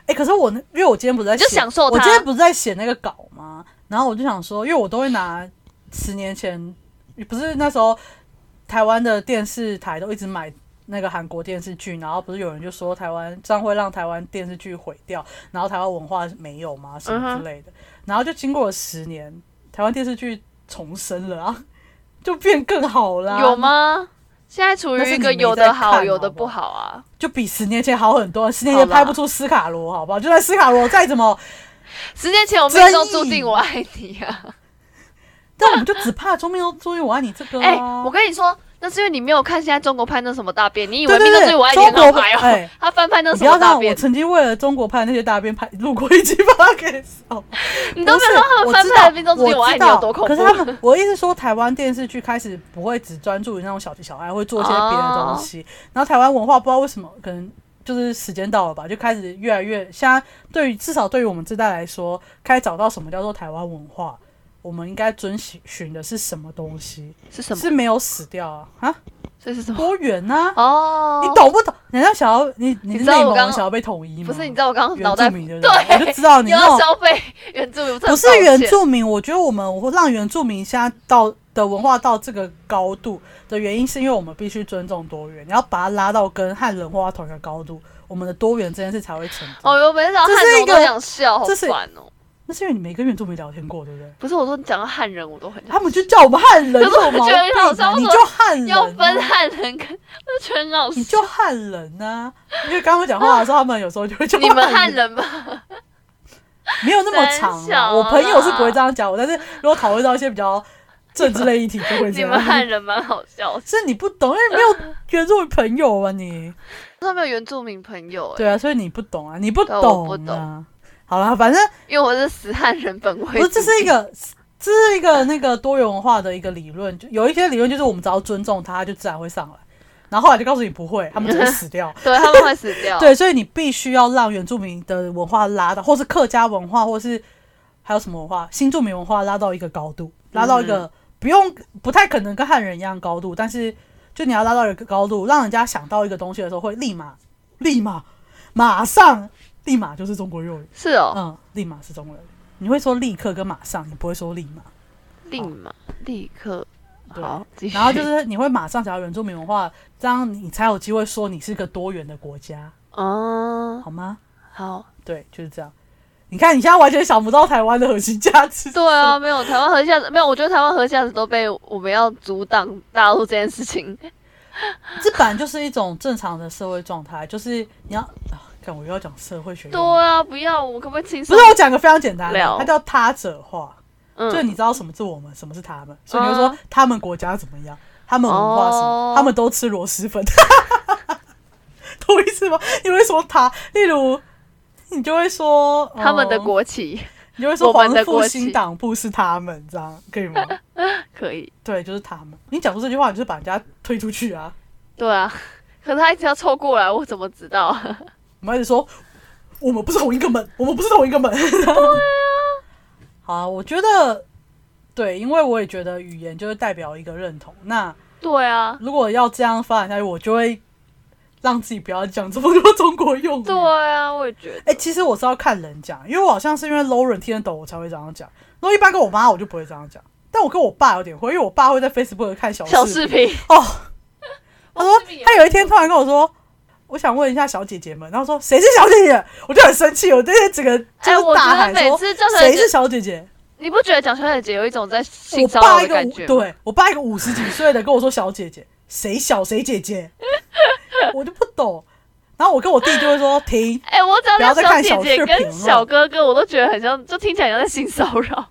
可是因为我今天不是在写， 就享受它。 我今天不是在写那个稿吗？然后我就想说，因为我都会拿10年前，不是那时候台湾的电视台都一直买那个韩国电视剧，然后不是有人就说台湾这样会让台湾电视剧毁掉，然后台湾文化没有吗？什么之类的。然后就经过了10年，台湾电视剧重生了啊，就变更好啦。 有吗？现在处于一个有的好有的不好啊， 就比10年前好很多。10年前拍不出斯卡罗，好不好？就算斯卡罗再怎么 ，10年前我命中注定我爱你啊， 但我们就只怕中命中注定我爱你这个啊。 我跟你说，那是因为你没有看现在中国拍那什么大便，你以为命中注定我爱你很好拍哦？他翻拍那什么大便？ 我曾经为了中国拍的那些大便录过一集 podcast， 你都没有说他们翻拍的命中注定我爱你有多恐怖。 可是我意思说，台湾电视剧开始不会只专注于那种小情小爱，会做一些别的东西。然后台湾文化不知道为什么，可能就是时间到了吧，就开始越来越现在至少对于我们这代来说，开始找到什么叫做台湾文化。我们应该遵循的是什么东西？ 是什么？ 是没有死掉啊！ 这是什么？ 多元啊！ 哦， 你懂不懂？人家想要你是内蒙人想要被统一吗？ 不是，你知道我刚刚脑袋对，我就知道你要消费原住民， 不是原住民。我觉得我们让原住民现在的文化到这个高度的原因，是因为我们必须尊重多元，你要把它拉到跟汉人文化同一个高度，我们的多元这件事才会成功。 哦，我每次讲汉人我都想笑，好烦哦。 那是因为你没跟原住民聊天过，对不对？ 不是，我说你讲到汉人，我都很他们就叫我们汉人， 可是我觉得很好笑， 你就汉人要分汉人跟，我觉得很好笑。 你就汉人啊，因为刚刚讲话的时候，他们有时候就会叫你们汉人吧， 没有那么长啊。我朋友是不会这样讲我，但是如果讨论到一些比较政治类议题，就会这样。 你们汉人蛮好笑， 是你不懂，因为没有原住民朋友啊，你他没有原住民朋友， 对啊，所以你不懂啊，你不懂啊。好啦，反正因为我是死汉人本位， 不是，这是一个那个多元文化的一个理论，有一些理论就是我们只要尊重它，就自然会上来。然后后来就告诉你不会，他们只会死掉。 对，他们会死掉。 对，所以你必须要让原住民的文化拉到，或是客家文化，或是还有什么文化，新住民文化拉到一个高度，拉到一个不太可能跟汉人一样高度，但是就你要拉到一个高度，让人家想到一个东西的时候，会马上。立马就是中国用语， 是哦， 立马是中国人。你会说立刻跟马上，你不会说立马。 立马、立刻，好。 然后就是你会马上想到原住民文化，这样你才有机会说你是个多元的国家，好吗？ 好， 对，就是这样。你看，你现在完全想不到台湾的核心价值。 对啊，没有台湾核心价值，没有。我觉得台湾核心价值都被我们要阻挡大陆这件事情。 这本来就是一种正常的社会状态，就是你要。我又要讲社会学。 对啊，不要，我可不可以轻松？ 不是，我讲个非常简单的，它叫他者化，就是你知道什么是我们，什么是他们，所以你会说他们国家怎么样，他们文化什么，他们都吃螺蛳粉，懂意思吗？你会说他，例如你就会说他们的国旗， 你就会说黄复兴党部是他们，这样可以吗？ 可以， 对，就是他们。你讲出这句话，你就是把人家推出去啊。 对啊，可是他一直要凑过来，我怎么知道？ 我们一直说我们不是同一个门，我们不是同一个门。对啊，好啊，我觉得对，因为我也觉得语言就是代表一个认同。那对啊， 如果要这样发展下去，我就会让自己不要讲这么多中国用语。 对啊，我也觉得。 其实我是要看人讲，因为我好像是因为 Lauren 听得懂我才会这样讲。如果一般跟我妈，我就不会这样讲。但我跟我爸有点会，因为我爸会在 Facebook 看小视频哦。他说他有一天突然跟我说。我想问一下小姐姐们，然后说谁是小姐姐，我就很生气，我这些整个就是大喊说谁是小姐姐。 你不觉得讲小姐姐有一种在性骚扰的感觉吗？ 对，我爸一个50几岁的跟我说小姐姐，谁小谁姐姐，我就不懂。然后我跟我弟就会说停， 我只要不要再看小视频了。 跟小哥哥我都觉得很像，就听起来像在性骚扰，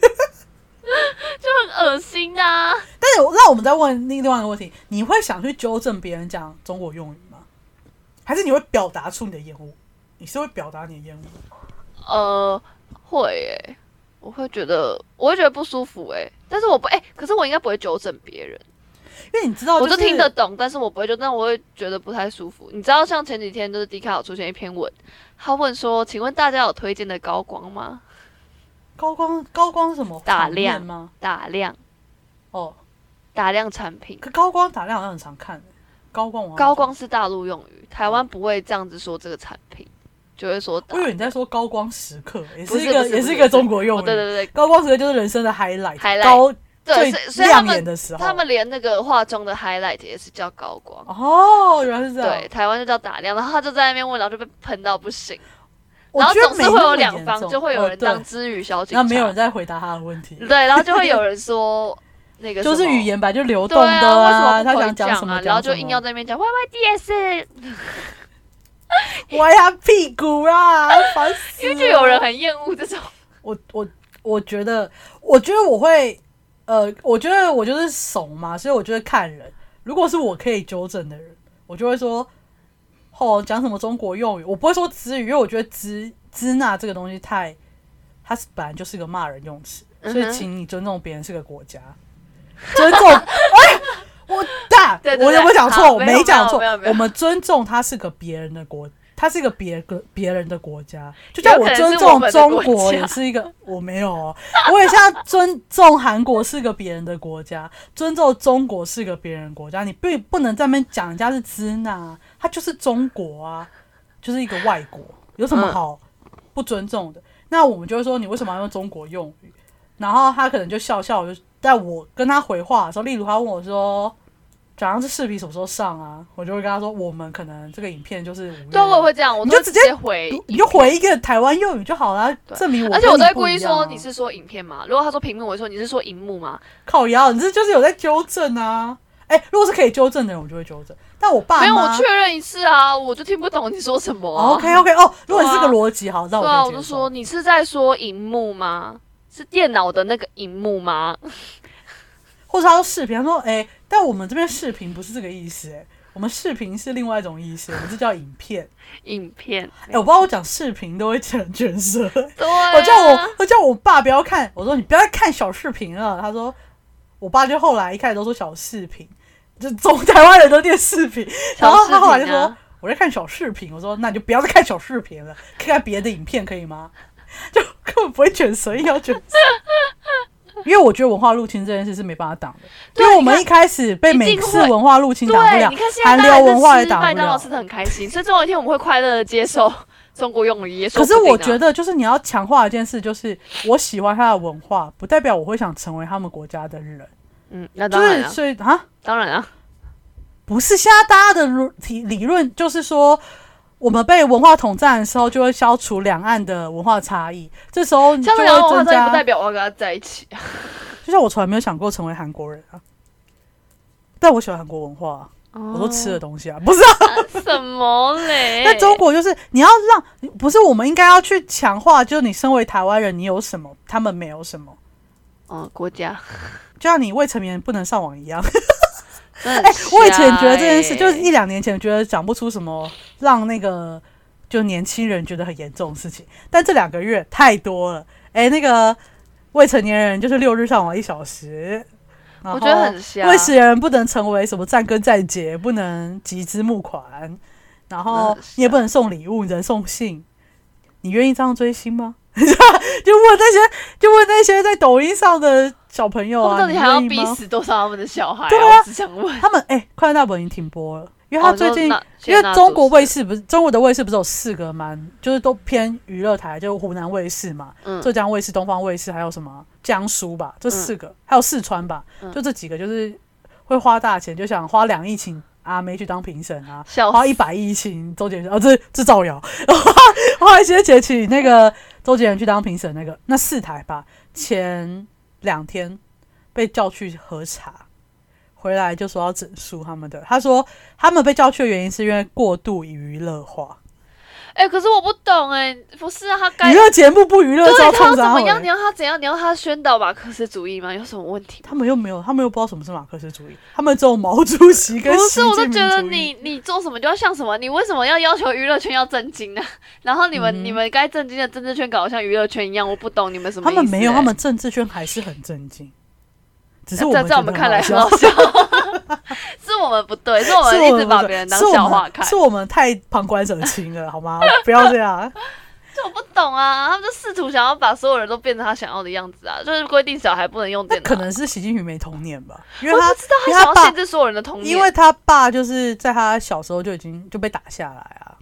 就很恶心啊。 但是让我们再问另外一个问题，你会想去纠正别人讲中国用语吗？还是你会表达出你的厌恶？你是会表达你的厌恶？会我会觉得不舒服但是我不可是我应该不会纠正别人， 因为你知道、 我就听得懂，但是我不会纠正，但我会觉得不太舒服。你知道，像前几天就是迪卡有出现一篇文，他问说：“请问大家有推荐的高光吗？” 高光是什么？ 打量吗？ 打量哦， 打量产品。 可高光打量好像很常看高光是大陆用语， 台湾不会这样子说这个产品。 就会说打。 我以为你在说高光时刻，也不是也是一个中国用语。 对对对， 高光时刻就是人生的 highlight， 高最亮眼的时候。 他们连那个化妆的 highlight 也是叫高光。 哦，原来是这样。 对，台湾就叫打亮，然后他就在那边问，然后就被喷到不行。然后总是会有两方，就会有人当知语小警察， 那没有人在回答他的问题。 对，然后就会有人说那个就是语言吧，就流动的啊， 他想讲什么， 然后就硬要在那边讲 YYDS， 歪他屁股啊，烦死了！ 因为就有人很厌恶这种。 我觉得我会，我觉得我就是怂嘛，所以我就会看人。如果是我可以纠正的人，我就会说。讲什么中国用语，我不会说支语，因为我觉得支那这个东西它本来就是个骂人用词，所以请你尊重别人是个国家，尊重。我有没有讲错？我没讲错。我们尊重它是个别人的国，它是一个别人的国家，就像我尊重中国也是一个，我没有哦，我也像尊重韩国是个别人的国家，尊重中国是个别人的国家，你不能在那边讲人家是支那，它就是中国啊，就是一个外国，有什么好不尊重的？那我们就会说你为什么要用中国用语？然后他可能就笑笑，但我跟他回话的时候，例如他问我说。假如这视频什么时候上啊？我就会跟他说，我们可能这个影片就是5月。 对，我也会这样，我就直接回， 你就回一个台湾用语就好了，证明我跟你不一样。 而且我都会故意说你是说影片吗？如果他说屏幕，我会说你是说荧幕吗？ 靠腰，你这就是有在纠正啊！如果是可以纠正的人，我就会纠正。但我爸妈没有，我确认一次啊，我就听不懂你说什么、啊。 OK， 如果你是个逻辑好，那我可以接受。 对啊，我就说你是在说荧幕吗？是电脑的那个荧幕吗？ 或者他说视频，他说但我们这边视频不是这个意思，我们视频是另外一种意思，我们这叫影片。 影片， 我不知道我讲视频都会卷舌。 对、啊， 我叫我爸不要看，我说你不要再看小视频了。他说，我爸就后来一开始都说小视频，就中台湾人都念视频，然后他后来就说我在看小视频，我说那你就不要再看小视频了，看看别的影片可以吗？就根本不会卷舌，硬要卷舌。因为我觉得文化入侵这件事是没办法挡的，因为我们一开始被美式文化入侵挡不了，韩流文化也挡不了。 麦当劳吃的很开心，所以总有一天我们会快乐的接受中国用语也说不定啊。 可是我觉得，就是你要强化一件事，就是我喜欢他的文化，不代表我会想成为他们国家的人。 那当然就是所以啊， 当然啊， 不是现在大家的理论就是说。我们被文化统战的时候，就会消除两岸的文化差异。这时候就会增加， 不代表我要跟他在一起。 就像我从来没有想过成为韩国人啊，但我喜欢韩国文化、我都吃的东西啊，不是啊？ 什么嘞？ 在中国就是你要让，不是我们应该要去强化，就是你身为台湾人，你有什么，他们没有什么。 国家就像你未成年人不能上网一样。我以前觉得这件事，就是1-2年前觉得讲不出什么让那个就年轻人觉得很严重的事情，但这2个月太多了。那个未成年人就是6日上网1小时， 我觉得很瞎。 未成年人不能成为什么站跟站姐，不能集资募款，然后你也不能送礼物，你只能送信。你愿意这样追星吗？就问那些在抖音上的小朋友啊， 到底还要逼死多少他们的小孩、 对啊， 我只想问他们快乐大本营停播了，因为他最近因为中国卫视不是中国的卫视不是有4个就是都偏娱乐台，就湖南卫视嘛，浙江卫视、东方卫视，还有什么江苏吧，这4个，还有四川吧，就这几个就是会花大钱，就想花2亿请阿妹去当评审啊，花100亿请周杰伦，这造谣，花一些钱请那个周杰伦去当评审，那4台吧，前2天被叫去喝茶，回来就说要整肃他们的。他说他们被叫去的原因是因为过度娱乐化。 可是我不懂不是啊，他该娱乐节目不娱乐， 对，他要怎么样？你要他怎样？你要他宣导马克思主义吗？有什么问题？ 他们又不知道什么是马克思主义，他们只有毛主席跟习近平主义。 不是，我都觉得你做什么就要像什么，你为什么要求娱乐圈要正经呢？然后你们该正经的政治圈搞得像娱乐圈一样，我不懂你们什么意思。 他们没有，他们政治圈还是很正经。只是在我们看来很好笑，是我们不对，是我们一直把别人当笑话看， 是我们太旁观者清了，好吗？不要这样。 就我不懂啊，他们就试图想要把所有人都变成他想要的样子啊，就是规定小孩不能用电脑。 可能是习近平没童年吧，因为我不知道他想要限制所有人的童年， 因为他爸就是在他小时候就已经就被打下来啊。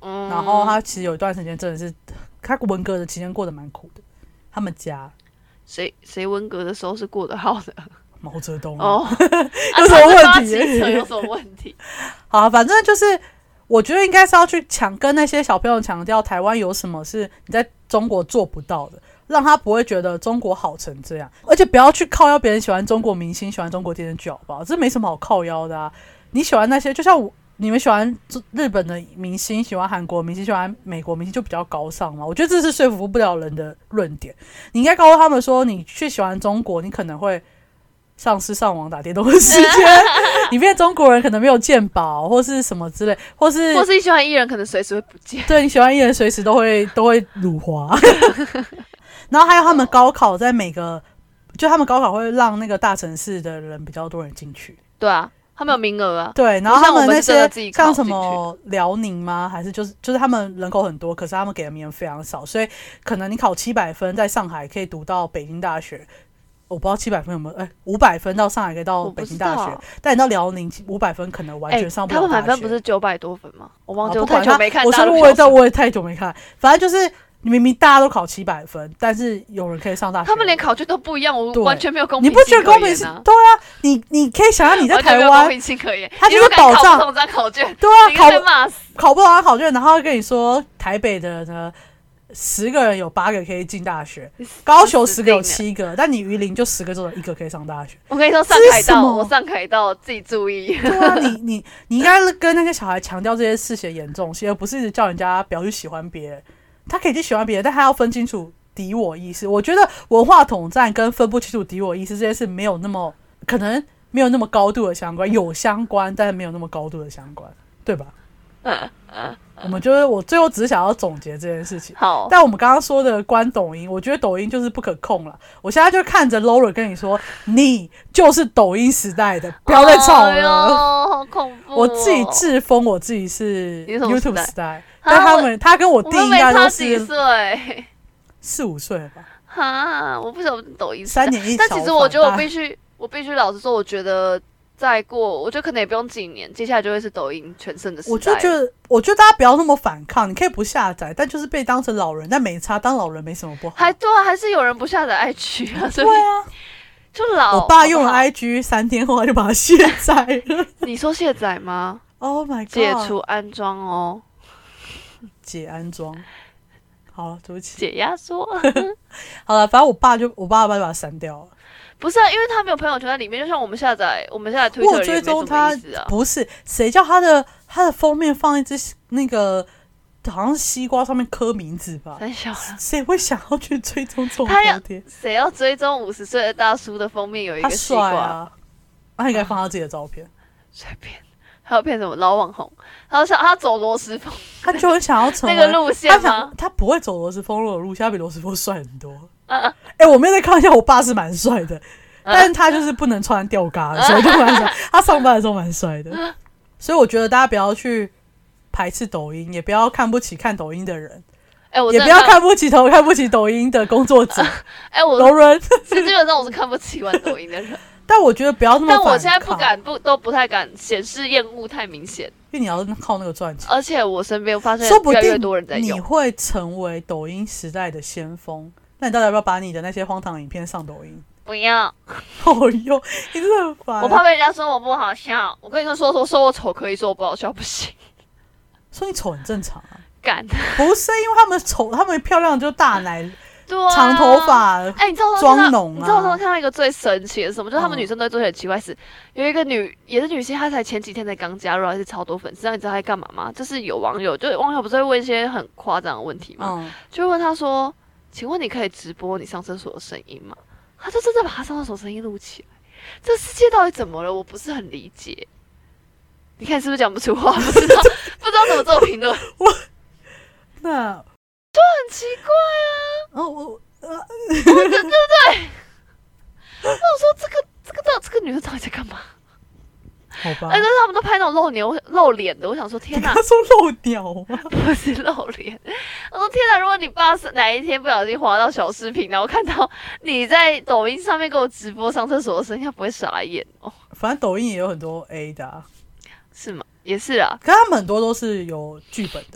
然后他其实有一段时间真的是他文革的期间过得蛮苦的，他们家谁文革的时候是过得好的？ 毛泽东哦， 有什么问题？ 有什么问题？ 好，反正就是我觉得应该是要去跟那些小朋友强调台湾有什么是你在中国做不到的，让他不会觉得中国好成这样，而且不要去靠腰别人喜欢中国明星喜欢中国电视剧好不好？这没什么好靠腰的啊。你喜欢那些就像你们喜欢日本的明星喜欢韩国明星喜欢美国明星就比较高尚嘛，我觉得这是说服不了人的论点。你应该告诉他们说你去喜欢中国你可能会丧失上网打电动的时间你变中国人可能没有健保或是什么之类，或是你喜欢艺人可能随时会不见， 对，你喜欢艺人随时都会辱华然后还有他们高考在就他们高考会让那个大城市的人比较多人进去， 对啊，他们有名额啊， 对，然后他们那些像什么辽宁吗？还是就是他们人口很多，可是他们给的名额非常少，所以可能你考700分，在上海可以读到北京大学。我不知道700分有没有，500分到上海可以到北京大学，但你到辽宁500分可能完全上不了大学。 他们满分不是900多分吗？我忘记，我太久没看。 我也太久没看，反正就是明明大家都考700分，但是有人可以上大学。 他们连考卷都不一样，我完全没有公平性可言啊。 你不觉得公平性？对啊，你可以想象你在台湾， 公平性可言， 他就是保障考不同张考卷， 对啊，考不同张考卷，然后跟你说台北的呢，10个人有8个可以进大学，高雄10个有7个，但你鱼林就10个中有1个可以上大学。 我跟你说，我上凯道自己注意。 对啊，你应该跟那些小孩强调这些事情的严重性，而不是一直叫人家不要去喜欢别人。他可以去喜欢别人，但他要分清楚敌我意识。我觉得文化统战跟分不清楚敌我意识这件事没有那么可能，没有那么高度的相关，有相关，但是没有那么高度的相关，对吧？我最后只是想要总结这件事情。 好， 但我们刚刚说的关抖音，我觉得抖音就是不可控了。我现在就看着 Laura 跟你说，你就是抖音时代的，不要再吵了。 好恐怖！ 我自己自封我自己是 YouTube 时代， 但他跟我弟应该都是几岁 ，4-5岁吧。 哈，我不晓得抖音 3年一小。 但其实我觉得我必须老实说，我觉得。我觉得可能也不用几年，接下来就会是抖音全盛的时代。 我觉得大家不要那么反抗，你可以不下载，但就是被当成老人，但没差，当老人没什么不好。 对啊，还是有人不下载 IG 啊，所以对啊， 就老。 我爸用了 IG 3天后他就把它卸载了。 你说卸载吗 ？Oh my god！ 解除安装哦， 解安装。好，对不起， 解压缩。 好了，反正我爸就把它删掉了。 不是啊，因为他没有朋友圈在里面，就像我们下载 Twitter 我追踪他，不是谁叫他的封面放一只那个好像是西瓜上面刻名字吧？谁会想要去追踪这种头贴？ 谁要追踪50岁的大叔的封面有一个西瓜？ 啊，他应该放他自己的照片， 随便。还有骗什么老网红？他走罗斯风， 他就很想要成为那个路线吗？ 他不会走罗斯风的路线，他比罗斯风帅很多。我没有在开玩笑，我爸是蛮帅的，但是他就是不能穿吊嘎的，所以就蛮帅。他上班的时候蛮帅的，所以我觉得大家不要去排斥抖音，也不要看不起看抖音的人，也不要看不起抖音的工作者。柔润， 基本上我是看不起玩抖音的人。 但我觉得不要那么反抗。 但我现在都不太敢显示厌恶太明显， 因为你要靠那个赚钱。 而且我身边发现越来越多人在用， 你会成为抖音时代的先锋。那你到底要不要把你的那些荒唐影片上抖音？ 不要。 哦哟，你真的很烦。 我怕被人家说我不好笑。我跟你说我丑可以，说我不好笑不行。 说你丑很正常啊。 干。 不是因为他们丑，他们漂亮就大奶。 对啊， 长头发， 你知道妆浓啊！ 你知道我看到一个最神奇的是什么？就是他们女生都会做些很奇怪事。有一个也是女星，她才前几天才刚加入，还是超多粉丝。你知道她在干嘛吗？就是有网友不是会问一些很夸张的问题吗？就问她说：“请问你可以直播你上厕所的声音吗？”她就真的把她上厕所声音录起来。这世界到底怎么了？我不是很理解。你看是不是讲不出话？不知道怎么做评论。 那就很奇怪啊。 对不对？那我说这个女生到底在干嘛？ 好吧。 但是他们都拍那种露脸的，我想说天哪！ 他说露鸟吗？ 不是露脸。我说天哪！如果你爸是哪一天不小心滑到小视频，然后看到你在抖音上面给我直播上厕所的声音，他不会傻眼哦。 反正抖音也有很多 A 的， 是吗？也是啊。 可他们很多都是有剧本的。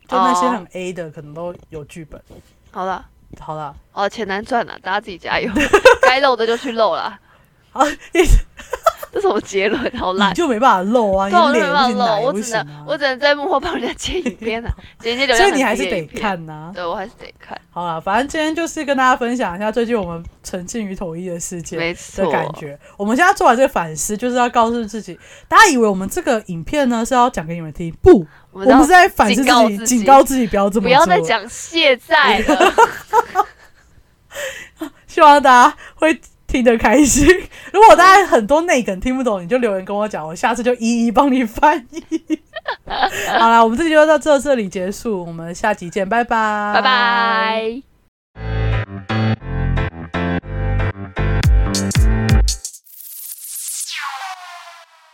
就那些很 A 的可能都有剧本。 好了， 好了， 钱难赚了，大家自己加油，该漏的就去漏啦。 好， 这什么结论？好烂， 你就没办法漏啊， 对，我就你脸没办法漏， 不行，奶我不行啊， 只能在幕后帮人家剪影片啊，剪流量所以很低的影片， 你还是得看呐。 对，我还是得看。 好啦，反正今天就是跟大家分享一下最近我们沉浸于统一的世界的感觉。我们现在做完这个反思，就是要告诉自己，大家以为我们这个影片呢是要讲给你们听，不，我们是在反思自己，警告自己不要这么做， 不要再讲现在了。 希望大家会听得开心。如果大家很多内梗听不懂，你就留言跟我讲，我下次就一一帮你翻译。好啦，我们这集就到这里结束，我们下集见，拜拜， 拜拜。